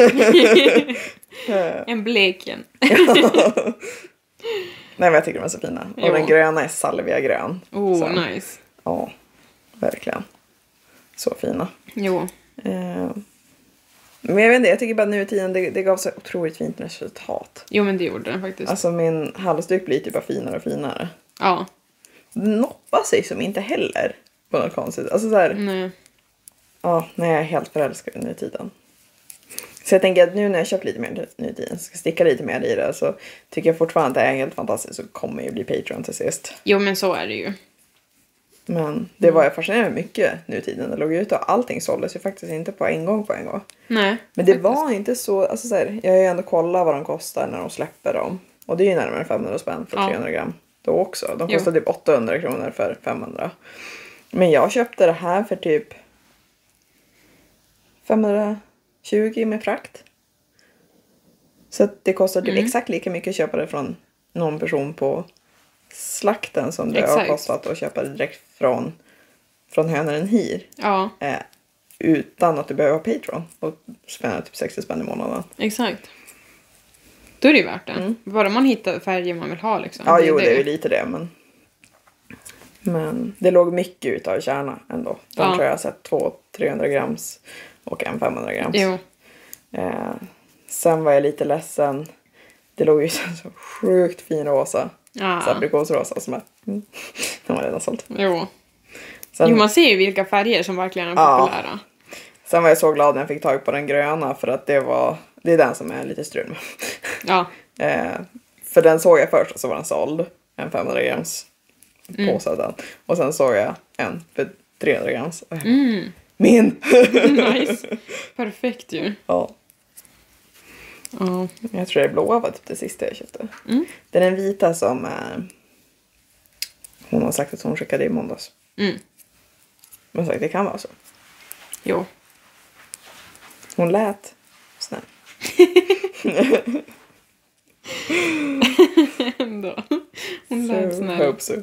En bleken. Nej men jag tycker de är så fina. Och Jo. den gröna är salviagrön. Oh, Så, nice. ja, verkligen. Så fina. Jo. Men jag vet inte, jag tycker bara nu i tiden det gav så otroligt fint resultat. Jo, men det gjorde den faktiskt. Alltså min halsduk blir typ bara finare och finare. Ja. Den noppar sig som inte heller på något konstigt. Alltså så här, Nej. ja, nej jag är helt förälskad nu i tiden. Så jag tänker att nu när jag köpt lite mer nu i tiden, ska sticka lite mer i det, så tycker jag fortfarande att det är helt fantastiskt och kommer ju bli Patreon till sist. Jo, men så är det ju. Men det var jag fascinerad mycket nu i tiden. Det låg ute och allting såldes ju faktiskt inte på en gång. Nej. Men det faktiskt. var inte så, alltså så här, jag har ju ändå kollat vad de kostar när de släpper dem. Och det är ju närmare 500 spänn för 300 gram. Då också. De kostar typ 800 kronor för 500. Men jag köpte det här för typ 520 med frakt. Så att det kostar typ exakt lika mycket att köpa det från någon person på slakten som det har kostat att köpa det direkt från hönaren hir. Ja, Utan att du behöver ha Patreon och spänna typ 60 spänn i månaden. exakt. Då är det ju värt det. Bara man hittar färger man vill ha liksom. Ja, det är ju lite det, men det låg mycket utav Kärna ändå. De tror jag har sett 200-300 grams och en 500 grams. Jo. Sen var jag lite ledsen. Det låg ju så sjukt fin rosa. Ja. Så aprikosrosa som är... Den var redan sålt. Jo. Sen, Jo, man ser ju vilka färger som verkligen är populära. Sen var jag så glad när jag fick tag på den gröna, för att det är den som är lite strul med. Ja. För den såg jag först och så var den såld. En 500 grams påse av den. Och sen såg jag en för 300 grams. Min! Nice. Perfekt ju. Ja. Ja. Jag tror det blåa var typ det sista jag köpte. Det är den vita som hon har sagt att hon skickade i måndags. Men sagt det kan vara så. Jo. Hon lät snäll. Ändå. Hon lät snäll. Hope so.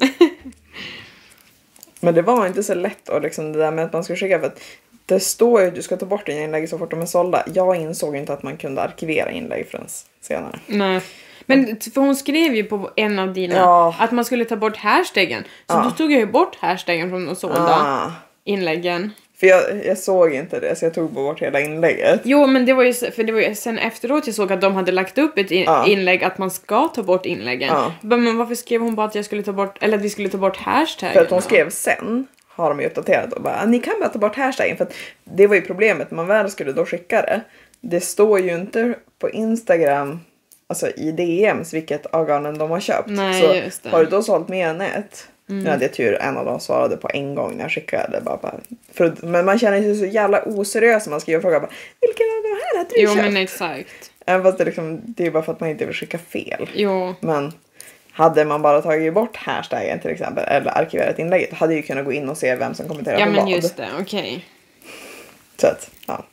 Men det var inte så lätt och liksom det där med att man ska skicka, för att det står ju att du ska ta bort dina inlägg så fort de är sålda. Jag insåg inte att man kunde arkivera inlägg förrän senare. Nej. Men för hon skrev ju på en av dina att man skulle ta bort hashtaggen. Så då tog jag ju bort hashtaggen från de sålda inläggen. För jag såg inte det, så jag tog bort hela inlägget. Jo, men det var ju sen efteråt jag såg att de hade lagt upp ett inlägg att man ska ta bort inläggen. Men varför skrev hon bara att jag skulle ta bort, eller att vi skulle ta bort hashtaggen? För att hon skrev sen, har de ju uppdaterat och bara, ni kan bara ta bort hashtaggen. För att det var ju problemet, man väl skulle då skicka det. Det står ju inte på Instagram, alltså i DMs, vilket av garnen de har köpt. Nej, så just det. har du då sålt mer än ett? Nu hade jag tur, en av dem svarade på en gång när jag skickade. Men man känner sig så jävla oseriös när man skriver och frågar bara, vilken av de här hade du köpt? Jo, men exakt. Även fast det är bara för att man inte vill skicka fel. Jo. Men hade man bara tagit bort hashtaggen till exempel, eller arkiverat inlägget, hade ju kunnat gå in och se vem som kommenterar på vad. Ja, men just det, okej. Så att, ja.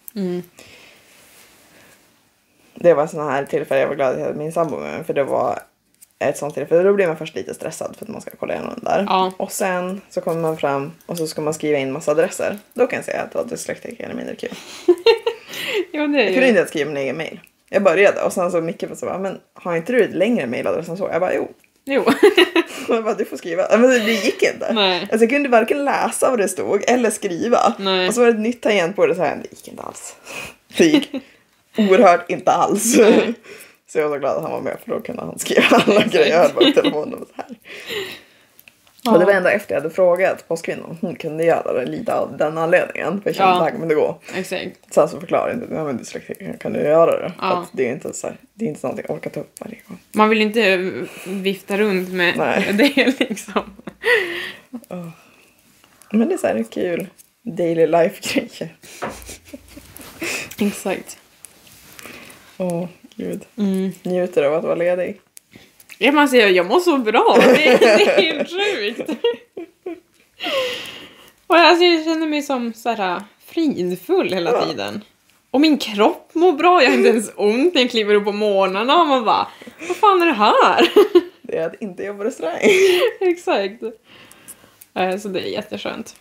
Det var såna här tillfällen jag var glad att jag hade min sambo med mig, för det var ett sånt tillfälle. Då blir man först lite stressad för att man ska kolla igenom den där. Ja. Och sen så kommer man fram och så ska man skriva in massa adresser. Då kan jag säga att det var dyslektiker eller mindre kul. Jo, det är Jag kunde inte ens skriva min egen mail. Jag började och sen så Micke så bara, men har inte du ett längre mailadress än så? Jag bara, jo. Jag bara, du får skriva. Men det gick inte. Nej. Alltså jag kunde varken läsa vad det stod eller skriva. Nej. Och så var det ett nytt tangent på det så här, det gick inte alls. Det gick oerhört inte alls. Så jag var så glad att han var med, för då kunde han skriva alla grejer jag höll på telefonen och så här. Ja. Och det var ändå efter jag hade frågat påskvinnan om hon kunde göra det lite av den anledningen. För jag kände att det här kommer det gå. Exakt. Sen så förklarade jag inte, men dyslektiker kan du göra det. Ja. Att det är inte så här, det är inte någonting jag orkar ta upp varje gång. Man vill inte vifta runt med det liksom. Men det är så här kul daily life-grejer. Exakt. Gud. Njuter av att vara ledig. Ja, man säger jag mår så bra. Det är helt sjukt. Och alltså, jag känner mig som så här fridfull hela tiden. Och min kropp mår bra. Jag har inte ens ont när jag kliver upp på morgnarna. Och man bara, vad fan är det här? Det är att inte jobba restaurang. Exakt. Så det är jätteskönt.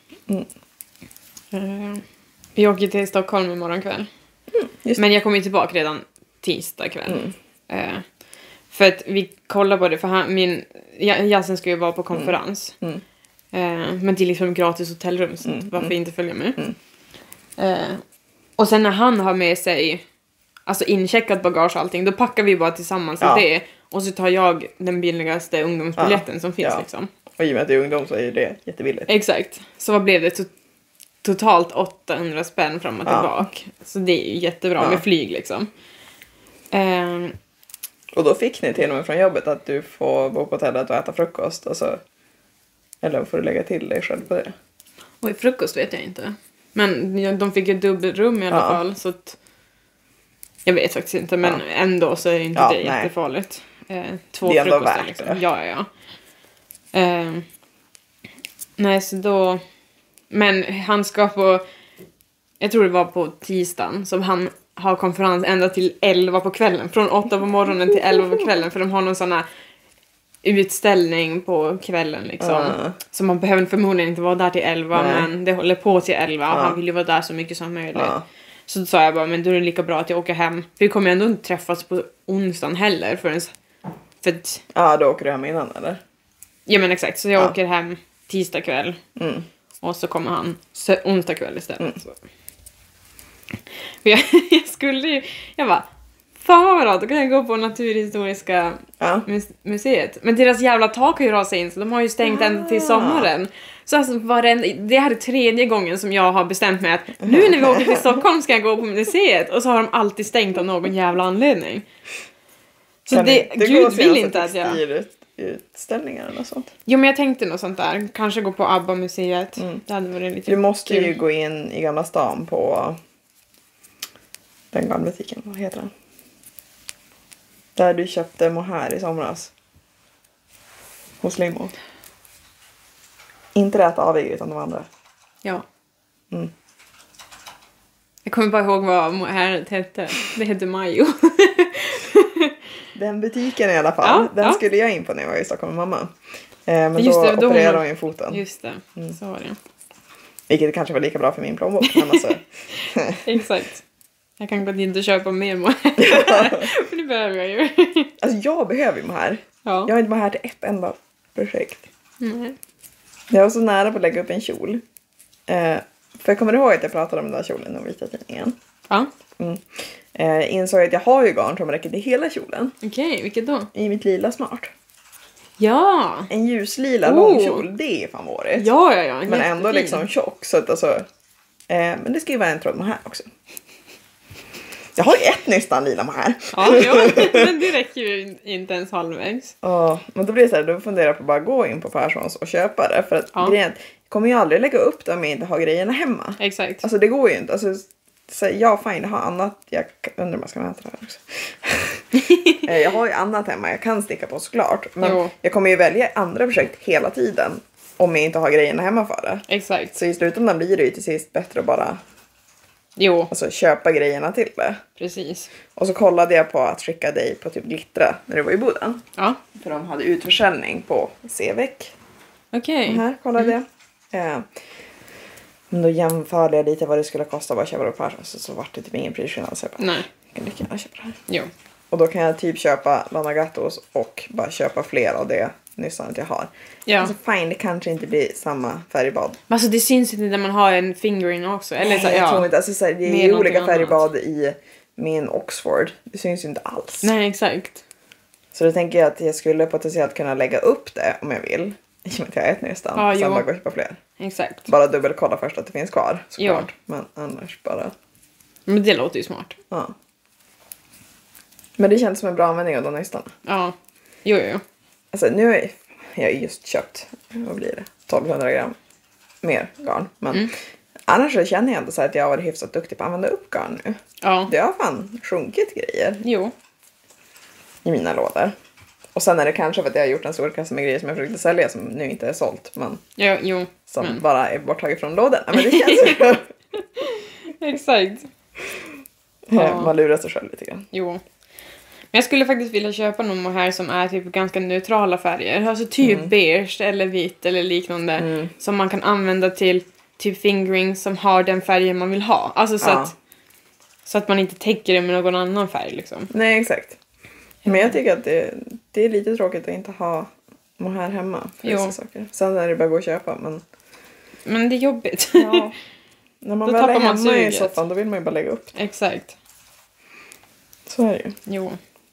Vi åker till Stockholm imorgon kväll. Men jag kommer tillbaka redan tisdag kväll. För att vi kollar på det. För Jassen ska ju vara på konferens. Men det är liksom gratis hotellrum. Så varför inte följa med? Och sen när han har med sig alltså incheckat bagage och allting, då packar vi bara tillsammans i det. Och så tar jag den billigaste ungdomsbiljetten som finns liksom. Och i och med att det är ungdom så är det jättebilligt. Exakt. Så vad blev det? Totalt 800 spänn fram och tillbaka. Så det är ju jättebra med flyg liksom. Och då fick ni till och med från jobbet att du får bo på hotellet och äta frukost. Alltså, eller får du lägga till dig själv på det? Oj, frukost vet jag inte. Men de fick ju dubbelrum i alla fall. Så att, jag vet faktiskt inte. Men ändå så är inte det jättefarligt. 2 det är ändå frukostar värt liksom. det. Ja. Nej, så då... Men han ska på... Jag tror det var på tisdagen som han har konferens ända till 11 på kvällen. Från 8 på morgonen till 11 på kvällen. För de har någon sån här utställning på kvällen liksom. Så man behöver förmodligen inte vara där till 11. Men det håller på till 11. Och han vill ju vara där så mycket som möjligt. Så då sa jag bara, men då är det lika bra att jag åker hem. För vi kommer ändå inte träffas på onsdagen heller. För att, då åker du hem innan eller? Ja men exakt, så jag åker hem tisdag kväll. Och så kommer han onsdag kväll istället. Så. Jag skulle ju... Jag bara, fan vad bra, då kan jag gå på Naturhistoriska museet. Men deras jävla tak har ju rasat in, så de har ju stängt ända till sommaren. Så alltså det här är 3:e gången som jag har bestämt mig att nu när vi åker till Stockholm ska jag gå på museet. Och så har de alltid stängt av någon jävla anledning. Så Gud vill inte att jag... utställningar eller sånt. Jo, men jag tänkte något sånt där. Kanske gå på ABBA-museet. Det hade varit lite Du måste kul. ju gå in i Gamla stan på den gamla butiken. Vad heter den? Där du köpte mohair i somras. Hos Limo. Inte det att avig utan de andra. Ja. Jag kommer bara ihåg vad mohairet hette. Det hette Majo. Den butiken i alla fall. Den skulle jag in på när jag var i Stockholm med mamma. Men just då opererade hon ju foten. Just det, så var det. Vilket kanske var lika bra för min plånbok. Men alltså. Exakt. Jag kan gå dit och köpa mer mohair. För det behöver jag ju. Alltså jag behöver ju mohair. Ja. Jag har inte mohair till ett enda projekt. Nej. Jag var så nära på att lägga upp en kjol. För jag kommer ihåg att jag pratade om den där kjolen och vita tidningen. Ja. Insåg att jag har ju garn som räcker till hela kjolen. Okej, vilket då? I mitt lila smart. Ja. En ljuslila lång kjol, det är fan våret. Ja. Men ändå liksom tjock. Så att alltså, men det ska ju vara en tråd mohair också. Jag har ju ett nystan lila mohair. Ja, men det räcker ju inte ens halvvägs. Men då blir det så här, då funderar jag på att bara gå in på Perssons och köpa det. För att grejen, jag kommer ju aldrig lägga upp det om jag inte har grejerna hemma. Exakt. Alltså det går ju inte. Alltså, så jag har annat. Jag undrar om jag ska mäta det här också. Jag har ju annat hemma. Jag kan sticka på såklart. Men jag kommer ju välja andra projekt hela tiden. Om jag inte har grejerna hemma för det. Exakt. Så i slutändan blir det ju till sist bättre att bara alltså, köpa grejerna till det. Precis. Och så kollade jag på att skicka dig på typ Glittra när du var i Boden. Ja. För de hade utförsäljning på Sevek. Okej. Här kollade jag. Men då jämförde jag lite vad det skulle kosta att bara köpa det på Perssons. Så var det typ ingen prisskillnad. Så jag bara, nej. Jag kan lika gärna köpa det här. Jo. Och då kan jag typ köpa Lana Gattos och bara köpa fler av det nyss jag har. Ja. Alltså fine, det kanske inte blir samma färgbad. Men alltså det syns inte när man har en fingering också. Eller Nej, så, jag tror inte. Alltså, så här, det är ju olika färgbad i min Oxford. Det syns ju inte alls. Nej, exakt. Så då tänker jag att jag skulle potentiellt kunna lägga upp det om jag vill. I och med att jag har ett nästan. Ja, sen jo. bara gå och köpa fler. Exakt. Bara dubbelkolla först att det finns kvar. Såklart. Men annars bara... Men det låter ju smart. Ja. Men det känns som en bra användning av de nystan. Ja. Jo. Alltså nu har jag just köpt, vad blir det? 1200 gram mer garn. Men annars så känner jag ändå så att jag har varit hyfsat duktig på att använda upp garn nu. Ja. Det har fan sjunkit grejer Jo. i mina lådor. Och sen är det kanske för att jag har gjort en stor kassa med grejer som jag försökte sälja som nu inte är sålt. Men Ja, jo. som bara är borttaget från lådan. Men det känns ju. Exakt. Ja. Man lurar sig själv lite grann. Jo. Men jag skulle faktiskt vilja köpa någon här som är typ ganska neutrala färger. Alltså typ beige eller vitt eller liknande. Som man kan använda till typ fingering som har den färgen man vill ha. Alltså så att man inte täcker det med någon annan färg liksom. Nej, exakt. Men jag tycker att det är lite tråkigt att inte ha här hemma för vissa saker. Sen är det bara att gå och köpa. Men det är jobbigt. Ja. När man Då väl är tappar man hemma i suget. soffan då vill man ju bara lägga upp. Exakt. Så är det ju. Jo.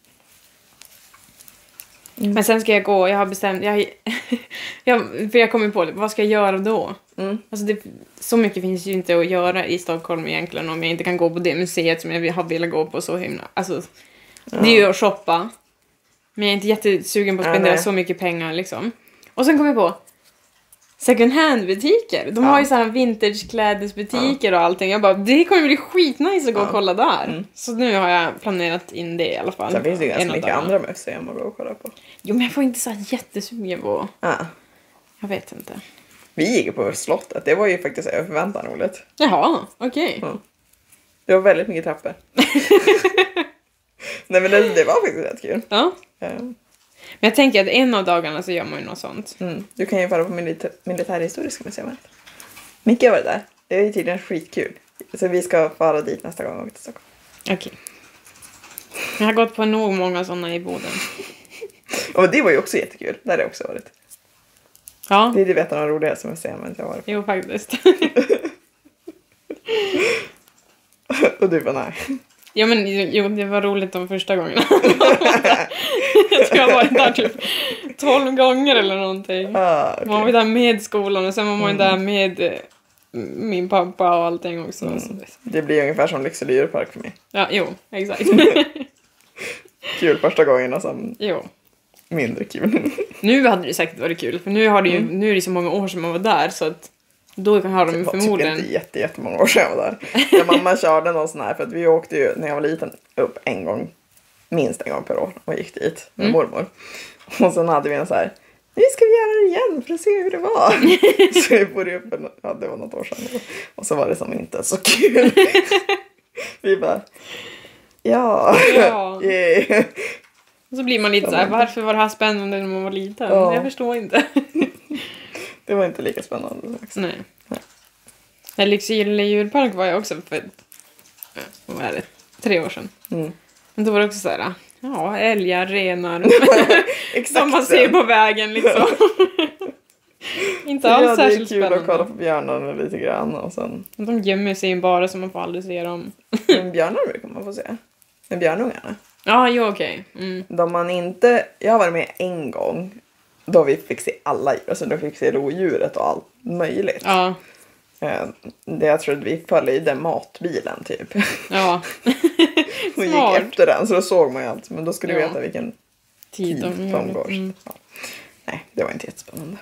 Men sen ska jag gå, jag har bestämt, för jag kommer på det, vad ska jag göra då? Alltså så mycket finns ju inte att göra i Stockholm egentligen om jag inte kan gå på det museet som jag har velat gå på så himla. Alltså, det är ju att shoppa. Men jag är inte jättesugen på att spendera så mycket pengar liksom. Och sen kom jag på second hand-butiker. De har ju så här vintageklädesbutiker och allting. Jag bara, det kommer bli skitnice att gå och kolla där. Så nu har jag planerat in det i alla fall. Sen finns det ju ganska mycket andra museum att gå och kolla på. Jo, men jag får inte så här jättesugen på. Jag vet inte. Vi gick på slottet. Det var ju faktiskt över förväntan roligt. Jaha, okej. Det var väldigt mycket trappor. Nej, men det var faktiskt rätt kul. Ja. Men jag tänker att en av dagarna så gör man ju något sånt. Du kan ju vara på militärhistoriska museet. Micke var där. Det är ju tydligen skitkul. Så vi ska fara dit nästa gång och till Stockholm. Okej. Jag har gått på nog många sådana i Boden. Och det var ju också jättekul. Där har jag också varit. Ja. Det är det ett av de roligaste museum jag har varit på. Jo, faktiskt. Och du var nej. Ja, men det var roligt de första gångerna. Jag tror jag var där typ 12 gånger eller någonting. Okay. Man var där med skolan och sen var man där med min pappa och allting också. Det blir ungefär som Lycksele djurpark för mig. Ja, jo, exakt. Kul första gången och sen mindre kul. Nu hade det säkert varit kul, för nu är det så många år sedan man var där så att då har de förmodligen... Det var jättemånga år sedan jag var där. När mamma körde någon sån här, för att vi åkte ju när jag var liten upp minst en gång per år och gick dit med mormor. Och sen hade vi en så här, nu ska vi göra det igen för att se hur det var. Så vi bor upp, det var något år sedan. Och så var det som inte så kul. Vi bara, yeah. Och så blir man lite så här, varför var det här spännande när man var liten? Jag förstår inte. Det var inte lika spännande. Nej. Lycksele djurpark var jag också för 3 år sedan. Men då var det också så här, älgar, renar. Som man ser på vägen liksom. Inte alls särskilt spännande. Det är kul att kolla på björnarna lite grann. Och sen... De gömmer sig ju bara så man får aldrig se dem. Men björnar brukar man få se. Men björnungarna. Ja, jo, okej. De man inte... Jag har varit med en gång. Då vi fick se alla djur. Alltså då fick vi se rådjuret och allt möjligt. Ja. Det jag trodde vi följde matbilen typ. Ja. Och gick efter den så då såg man ju allt. Men då skulle du veta vilken tid de går. Ja. Nej, det var inte jättespännande.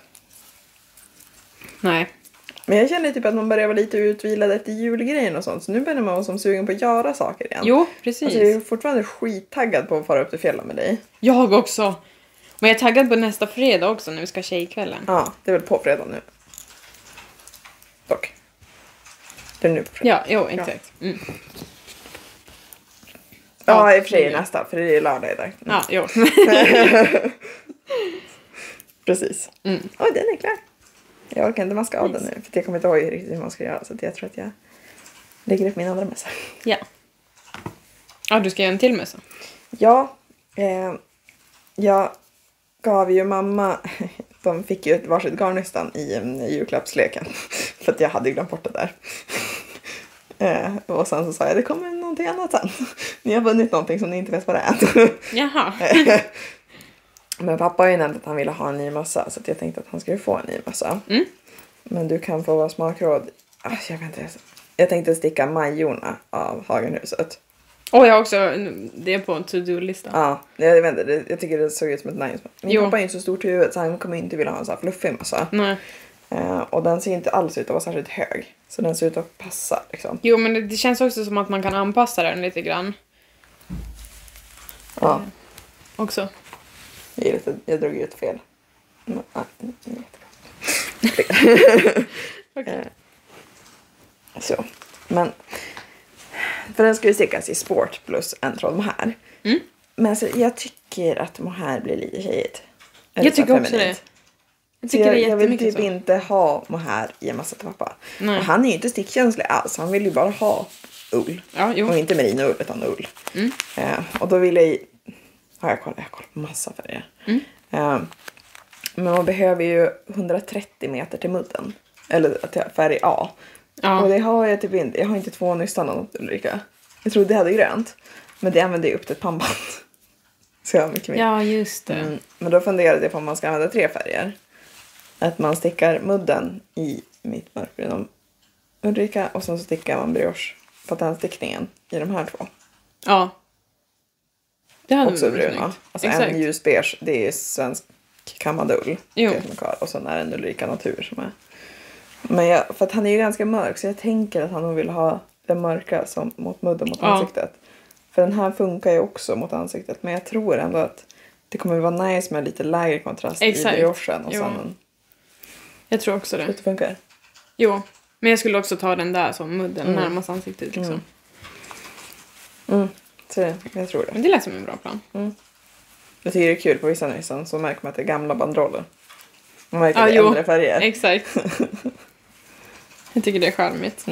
Nej. Men jag känner typ att man börjar vara lite utvilad efter julgrejen och sånt. Så nu börjar man vara som sugen på att göra saker igen. Jo, precis. Alltså, jag är fortfarande skittaggad på att fara upp till fjällen med dig. Jag också. Men jag är taggad på nästa fredag också när vi ska tjejkvällen. Ja, det är väl på fredag nu. Dock. Det är nu på fredag. Ja, jo, exakt. Ja, i och för sig nästa. För det är lördag idag. Ja, jo. Precis. Den är klar. Jag orkar inte maska av den nu. För jag kommer inte ihåg riktigt hur man ska göra. Så jag tror att jag lägger upp min andra mössa. Ja. Ja, du ska göra en till mössa. Ja. Jag gav ju mamma... De fick ju ett varsitt garnnystan i julklappsleken. För att jag hade glömt bort det där. Och sen så sa jag, det kommer någon någonting annat sen. Ni har vunnit någonting som ni inte vet vad det är. Jaha. Men pappa har ju nämnt att han ville ha en ny mössa. Så att jag tänkte att han skulle få en ny mössa. Mm. Men du kan få vara smakråd. Jag vet inte. Jag tänkte sticka Majorna av Hagenhuset. Och jag har också det på en to-do-lista. Ja, jag vet inte. Jag tycker det såg ut som ett nice. Min Jo. pappa är inte så stort i huvudet så han kommer inte vilja ha en sån här fluffig mössa. Nej. Och den ser inte alls ut att vara särskilt hög. Så den ser ut att passa liksom. Jo, men det känns också som att man kan anpassa den lite grann. Ja, Också. jag drog ut fel. Men, Okej. Så. Men för den ska ju stickas i sport plus en tråd mohair. Mm. Men alltså, jag tycker att mohair blir lite tjejigt. Eller Jag så tycker också feminint. det. Jag tycker det är Jag vill jättemycket typ så. inte ha mohair i en massa till pappa. Nej. Och han är ju inte stickkänslig alls. Han vill ju bara ha ull. Ja, jo. Och inte merinoull utan ull. Mm. Och då vill jag jag kollar på massa färger. Mm. Men man behöver ju 130 meter till mudden. Eller till färg A. Ja. Och det har jag typ inte. Jag har inte 2 nystan av något Ulrika. Jag trodde det hade grönt. Men det använder jag upp till ett pannband. Så jag har mycket mer. Ja, just det. Men då funderade jag på om man ska använda 3 färger. Att man stickar mudden i mitt mörkbrun Ulrika. Och sen så stickar man brioche patentstickningen i de här 2. Ja. Det hade Också varit brun snyggt. va? Alltså Exakt. en ljusbeige, det är svensk kammadull. Jo. Det som är kvar. Och sen är det en Ulrika Natur som är. Men för att han är ju ganska mörk så jag tänker att han nog vill ha den mörka som mot mudden mot ansiktet. För den här funkar ju också mot ansiktet. Men jag tror ändå att det kommer vara nice med lite lägre kontrast Exakt. i briochen. Och Jo. sen en... Jag tror också det. Det funkar. Jo. Men jag skulle också ta den där som mudden närmast ansiktet liksom. Så jag tror det. Men det lät som en bra plan. Jag tycker det är kul på vissa nystan så märker man att det är gamla banderoller. Man märker Ja, att det är äldre färger. Exakt. Jag tycker det är charmigt.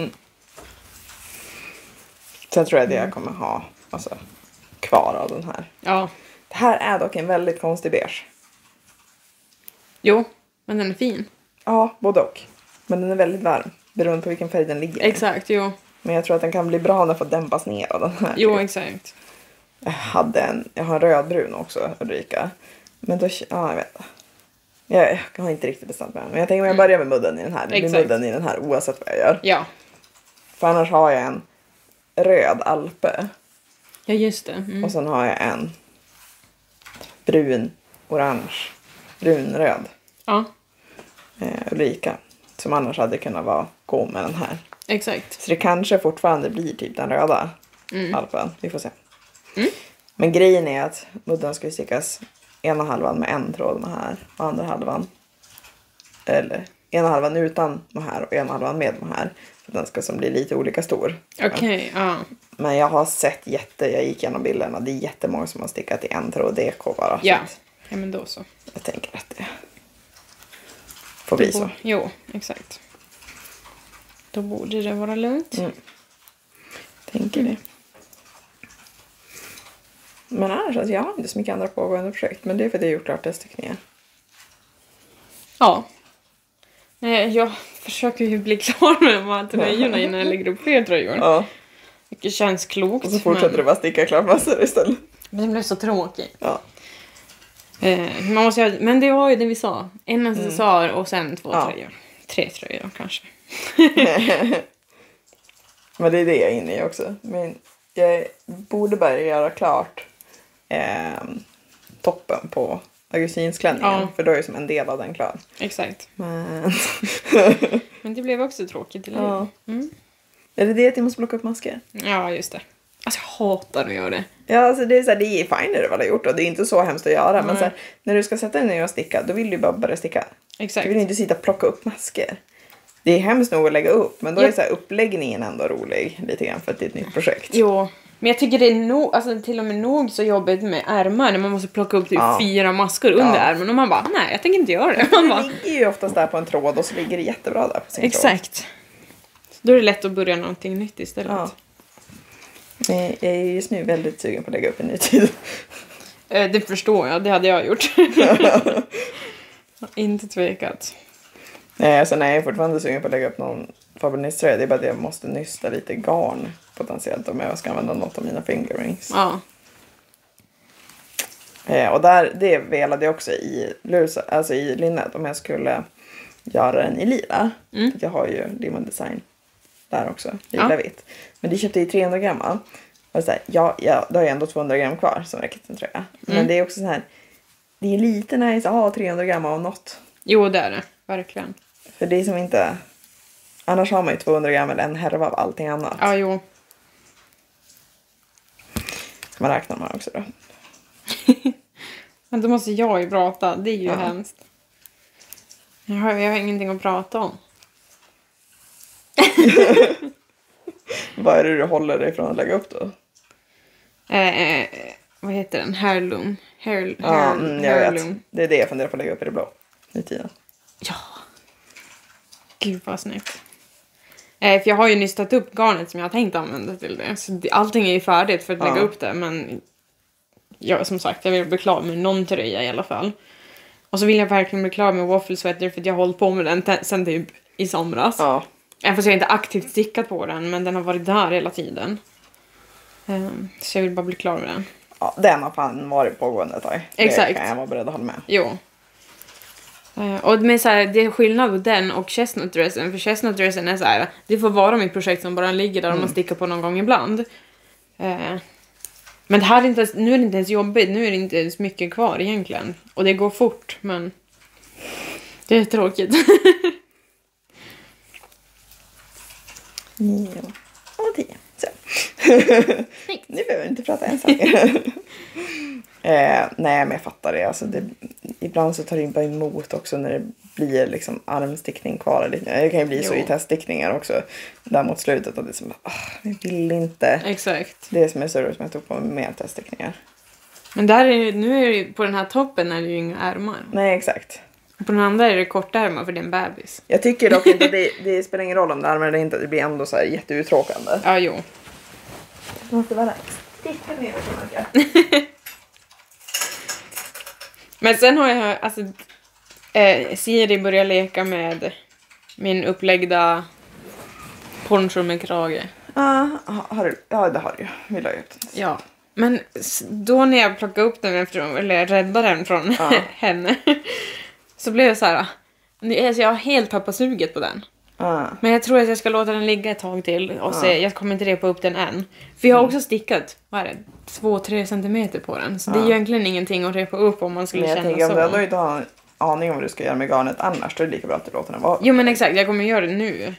Sen tror jag det jag kommer ha kvar av den här. Ja. Det här är dock en väldigt konstig beige. Jo, men den är fin. Ja, både och. Men den är väldigt varm. Beroende på vilken färg den ligger. Exakt, jo. Men jag tror att den kan bli bra när den får dämpas ner av den här. Jo, exakt. Jag har en rödbrun också, Ulrika. Men då, jag vet inte. Jag har inte riktigt bestämt mig. Men jag tänker att jag börjar med mudden i den här. Det blir Exakt. mudden i den här oavsett vad jag gör. Ja. För annars har jag en röd alpe. Ja, just det. Mm. Och sen har jag en brun, orange, brunröd Ja, Ulrika. Som annars hade kunnat gå med den här. exakt. Så det kanske fortfarande blir typ den röda alpen. Vi får se. Mm. Men grejen är att mudden ska stickas ena halvan med en tråd med här. Och andra halvan. Eller ena halvan utan med här och ena halvan med här. För den ska som bli lite olika stor. Okej, ja. Men jag har sett jag gick igenom bilderna. Det är jättemånga som har stickat i en tråd DK bara. Ja. Så att Ja, men då så. jag tänker att det får bli så. Jo, exakt. Då borde det vara lugnt. Tänker det. Men annars, alltså, jag har inte så mycket andra pågående projekt. Men det är för att jag har gjort klart teststickningar. Ja. Nej, jag försöker ju bli klar med de här tröjorna innan jag lägger upp fler tröjor. Ja. Vilket känns klokt. Och så fortsätter du bara sticka klart massor istället. Men det blev så tråkigt. Ja. Man måste göra, men det var ju det vi sa. En accessoar och sen 2 Ja. tröjor. 3 tröjor kanske. Men det är det jag är inne i också. Men jag borde börja göra klart toppen på augustinsklänningen. Ja. För då är ju som en del av den klar. Exakt. Men... Men det blev också tråkigt, eller Ja. hur? Är det att jag måste plocka upp masker? Ja, just det. Alltså jag hatar att göra det. Ja, alltså det är så här, det är fine när du väl har gjort och det är inte så hemskt att göra. Men så här, när du ska sätta dig ner och sticka, då vill du bara börja sticka. Exakt. Du vill inte sitta och plocka upp masker. Det är hemskt nog att lägga upp, men då är Ja. så här, uppläggningen ändå rolig lite grann för att det är ett nytt projekt. Jo, men jag tycker det är nog, alltså till och med nog så jobbigt med ärmar när man måste plocka upp typ 4 maskor under ärmen och man bara, nej jag tänker inte göra det. Man Det bara, ligger ju oftast där på en tråd och så ligger det jättebra där på sin tråd. exakt. Då är det lätt att börja någonting nytt istället. Ja. Men jag är just nu väldigt sugen på att lägga upp en ny tid. Det förstår jag, det hade jag gjort. Inte tvekat. Nej, alltså nej, jag är fortfarande sugen på att lägga upp någon Fabelniströja. Det är bara att jag måste nysta lite garn potentiellt om jag ska använda något av mina fingerrings. Ja. Och det velade jag också i blusen, alltså i linnet om jag skulle göra den i lila. Jag har ju Limon Design där också, lila vitt. Men det köpte jag i 300 gram. Och så här, ja, då har jag ändå 200 gram kvar som räcker till en tröja. Men det är också så här, det är lite nice att ha 300 gram av något. Jo, det är det. Verkligen. För det är som inte, annars har man ju 200 gram eller en härva av allting annat. Ja, jo. Ska man räkna med också då. Men då måste jag ju prata. Det är ju hemskt. Jag har ingenting att prata om. Vad är det du håller dig från att lägga upp då? Vad heter den? Heirloom. Jag vet. Det är det jag funderar på att lägga upp i det blå. I tiden. Ja. Gud vad snyggt. För jag har ju nyss tagit upp garnet som jag har tänkt använda till det. Så allting är ju färdigt för att lägga upp det. Men som sagt, jag vill bli klar med någon tröja i alla fall. Och så vill jag verkligen bli klar med waffle sweater för att jag har hållit på med den sen typ i somras. Ja. Även fast jag inte aktivt stickat på den, men den har varit där hela tiden. Så jag vill bara bli klar med den. Ja, den har fan varit pågående ett tag. Exakt. Det kan jag vara beredd att hålla med. Jo. Och med så här, det är skillnad på den och chestnut-dressen. För chestnut-dressen är så här, det får vara mitt projekt som bara ligger där och man stickar på någon gång ibland. Men det här är inte, nu är det inte ens jobbigt. Nu är det inte ens mycket kvar egentligen. Och det går fort, men det är tråkigt. 9 och 10. Så. Nu behöver vi inte prata ensam. Nej, men jag fattar det. Alltså ibland så tar det bara emot också när det blir liksom armstickning kvar. Det kan ju bli så i teststickningar också. Där mot slutet. Och det är som, jag vill inte. Exakt. Det som är så roligt som jag tog på med mer teststickningar. Men där är nu är det, på den här toppen är det ju inga ärmar. Nej, exakt. På den andra är det kortärmar för det är en bebis. Jag tycker dock inte att det spelar ingen roll om det är ärmar eller inte. Det blir ändå så här jätteuttråkande. Ja, jo. Det måste vara sticka ner så mycket. Men sen har jag, alltså, Siri börjar leka med min uppläggda poncho med krage. Ja, det har du ju. Vi la ju upp den. Ja, men då när jag plockade upp den eller räddade den från henne, så blev jag så här, jag har helt tappat suget på den. Men jag tror att jag ska låta den ligga ett tag till och se, jag kommer inte repa upp den än. För jag har också stickat, vad är det, 2-3 centimeter på den. Så det är ju egentligen ingenting att repa upp om man skulle känna så. Men jag tänker, om du inte har en aning om vad du ska göra med garnet annars, då är det lika bra att du låter den vara. Jo, men exakt, jag kommer göra det nu.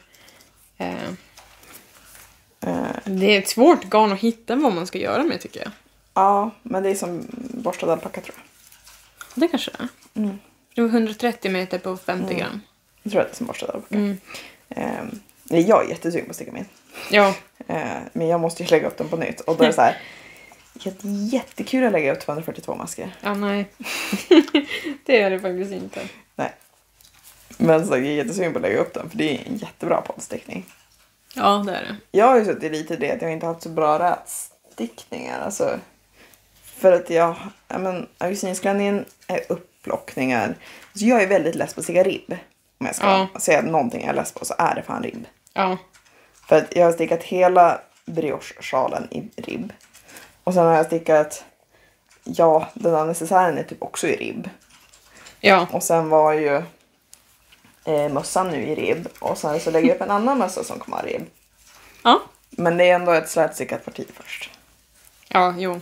Det är ett svårt garn att hitta vad man ska göra med, tycker jag. Ja, men det är som borstad alpacka, tror jag. Det kanske är. Det var 130 meter på 50 gram. Jag tror att det är som borstad alpacka. Jag är jättesugen på att sticka min. Ja. Men jag måste ju lägga upp den på nytt. Och då är det så här, jättekul att lägga upp 242 masker. Ja, nej. Det är det faktiskt inte. Nej. Men så jag är jättesugen på att lägga upp den, för det är en jättebra poddstickning. Ja, det är det. Jag har ju suttit lite i det att jag inte haft så bra rätstickningar. Alltså, för att augustinsklänningen är upplockningar. Så jag är väldigt less på att sticka ribb. Om jag ska säga någonting jag är less på, så är det fan ribb. Ja. För att jag har stickat hela brioche-sjalen i ribb. Och sen har jag stickat, den där necessären är typ också i ribb. Ja. Och sen var ju mössan nu i ribb. Och sen så lägger jag upp en annan mössa som kommer ha ribb. Ja. Men det är ändå ett slätstickat parti först. Ja, jo.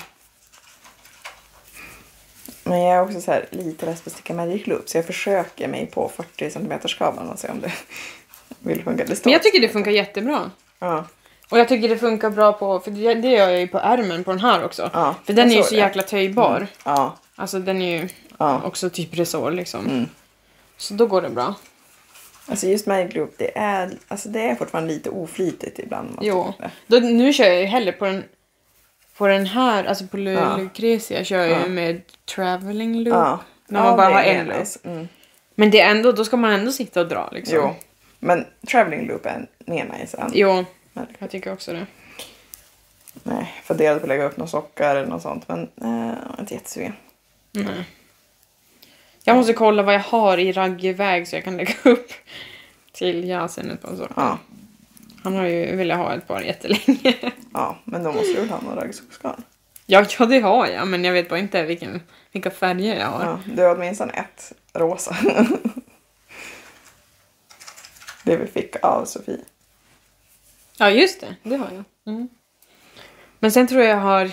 Men jag är också så här lite less på att sticka Magic Loop. Så jag försöker mig på 40 cm skalan och se om det vill funka. Men jag tycker det funkar jättebra. Ja. Och jag tycker det funkar bra på, för det gör jag ju på ärmen på den här också. Ja, för den är ju så jäkla töjbar. Ja. Alltså den är ju också typ resår liksom. Så då går det bra. Alltså just Magic Loop, det är fortfarande lite oflitigt ibland. Jo, nu kör jag ju hellre på den här, alltså på Lucrezia kör jag ju med traveling loop. Ja. När man bara har en loop. Men det är ändå, då ska man ändå sitta och dra liksom. Jo, men traveling loop är mer nice än. Jo, jag tycker också det. Nej, funderade på att lägga upp några sockar eller något sånt, men jag är inte jättesugen. Nej. Jag måste kolla vad jag har i raggväg så jag kan lägga upp till Jasen ett par sockar. Ja. Han har ju velat ha ett par jättelänge. Ja, men då måste du väl ha några raggsockgarn. Ja, det har jag. Men jag vet bara inte vilka färger jag har. Ja, du har åtminstone ett rosa. Det vi fick av Sofie. Ja, just det. Det har jag. Mm. Men sen tror jag har...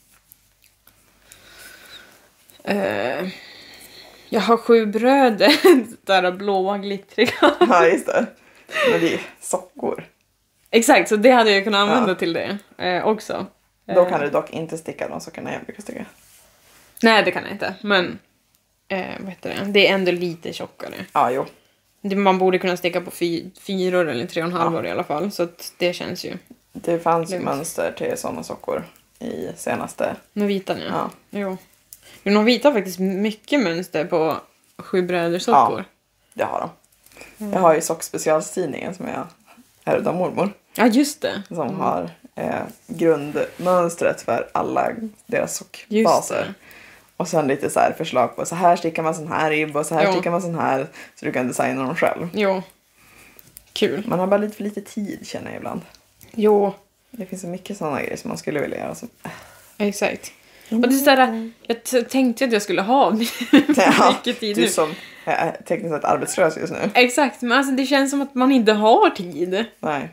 jag har 7 bröder. Där blåa glittriga. Ja, just det. Men det är sockor. Exakt, så det hade jag kunnat använda till det också. Då kan du dock inte sticka de sockorna jag brukar sticka. Nej, det kan jag inte. Men vad heter det? Det är ändå lite tjockare. Ja, jo. Man borde kunna sticka på 4 eller 3,5 i alla fall. Så att det känns ju. Det fanns ju mönster till sådana sockor i senaste. Novita nu. Ja. Jo. Novita har faktiskt mycket mönster på 7 brödersockor. Ja, det har de. Jag har ju sockspecialstidningen som jag ärvde av mormor. Ja, just det. Som har grundmönstret för alla deras sockbaser. Och sen lite så här förslag på så här stickar man sån här ribb och så här stickar man sån här. Så du kan designa dem själv. Jo. Kul. Man har bara lite för lite tid känner jag ibland. Jo. Det finns så mycket sådana grejer som man skulle vilja göra. Som... Exakt. Och det är så där, jag tänkte att jag skulle ha mycket tid nu. Du som är tekniskt sett arbetslös just nu. Exakt, men alltså det känns som att man inte har tid. Nej.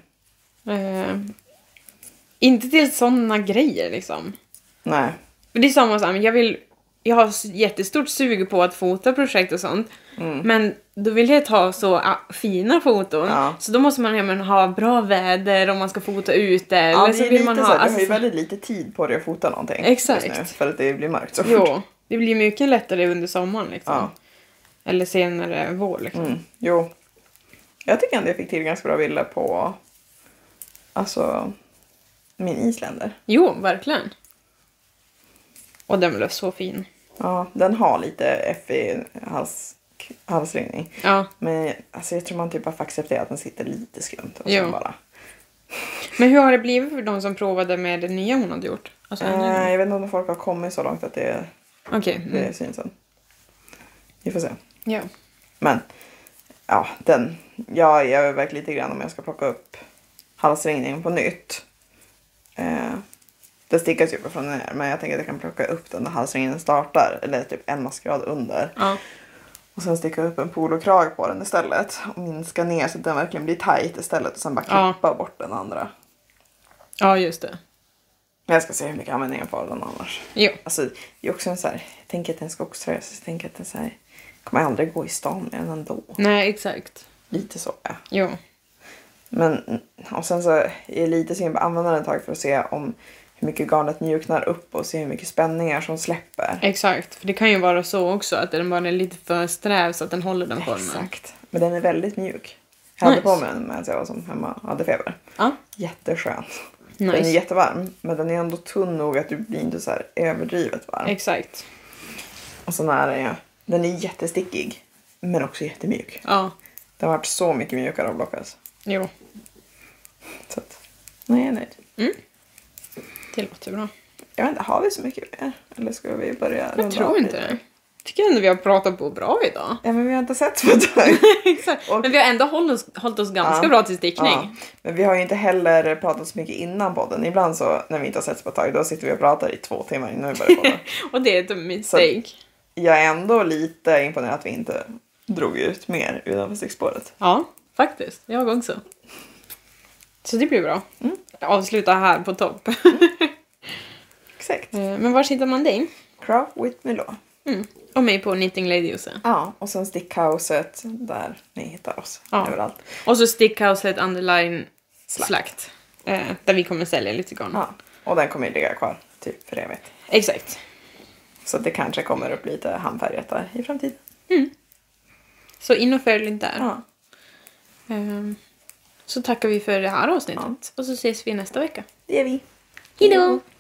Inte till sådana grejer liksom. Nej. Men det är samma sak, jag har jättestort sug på att fota projekt och sånt. Men då vill jag ta så fina foton. Ja. Så då måste man ha bra väder om man ska fota ute. Ja, eller så vill man ha... Du har ju väldigt lite tid på dig att fota någonting. Exakt. Just nu, för att det blir mörkt så fort. Jo, det blir mycket lättare under sommaren liksom. Ja. Eller senare vår liksom. Jo. Jag tycker ändå jag fick till ganska bra bilder på alltså min isländer. Jo, verkligen. Och den blev så fin. Ja, den har lite effig halsringning. Ja. Men alltså, jag tror man typ bara får acceptera att den sitter lite skumt. Och sen bara... Men hur har det blivit för de som provade med det nya hon hade gjort? Alltså, jag vet inte om folk har kommit så långt att det syns än. Vi får se. Ja. Men, ja, jag överväger lite grann om jag ska plocka upp halsringningen på nytt. Det stickas ju från den här, men jag tänker att jag kan plocka upp den när halsringen startar. Eller typ en maskgrad under. Ja. Och sen sticka upp en polokrag på den istället. Och minska ner så att den verkligen blir tight istället. Och sen bara klippa bort den andra. Ja, just det. Men jag ska se hur mycket användning jag får den annars. Jo. Alltså, det är också en så här, jag tänker att det är en skogströja. Så jag tänker att den så här, kommer aldrig gå i stan med den ändå. Nej, exakt. Lite så, ja. Jo. Men, och sen så är det lite synd att använda den ett tag för att se om hur mycket garnet mjuknar upp och se hur mycket spänningar som släpper. Exakt, för det kan ju vara så också att den bara är lite för sträv så att den håller den formen. Exakt, men den är väldigt mjuk. Jag hade på mig den medan jag var som hemma hade feber. Ja. Jätteskön. Nice. Den är jättevarm, men den är ändå tunn nog att du blir inte så här överdrivet varm. Exakt. Och så nära den är jättestickig, men också jättemjuk. Ja. Den har varit så mycket mjukare av Blockas. Jo. Så att, nej, jag är nöjd. Det låter bra. Jag vet inte, har vi så mycket mer? Eller ska vi börja runda? Jag tror inte det. Tycker ändå vi har pratat på bra idag. Ja, men vi har inte sett på ett tag. Exakt. Men vi har ändå hållit oss ganska bra till stickning. Ja. Men vi har ju inte heller pratat så mycket innan podden. Ibland så, när vi inte har sett på ett tag, då sitter vi och pratar i 2 timmar innan vi börjar podden. Och det är ett mistake. Så jag är ändå lite imponerad att vi inte drog ut mer utanför stickspåret. Ja, faktiskt. Jag också. Så det blir bra. Avsluta här på topp. Exakt. Men var hittar man dig? Craft with Milo. Och mig på Knitting Lady Jose. Ja, och sen Stickhouset där ni hittar oss överallt. Och så Stickhouset underline slakt. Där vi kommer sälja lite garn. Ja, och den kommer ju ligga kvar typ för evigt. Exakt. Så det kanske kommer upp lite handfärgat där i framtiden. Så in och följ där. Ja. Så tackar vi för det här avsnittet. Och så ses vi nästa vecka. Det gör vi. Hejdå!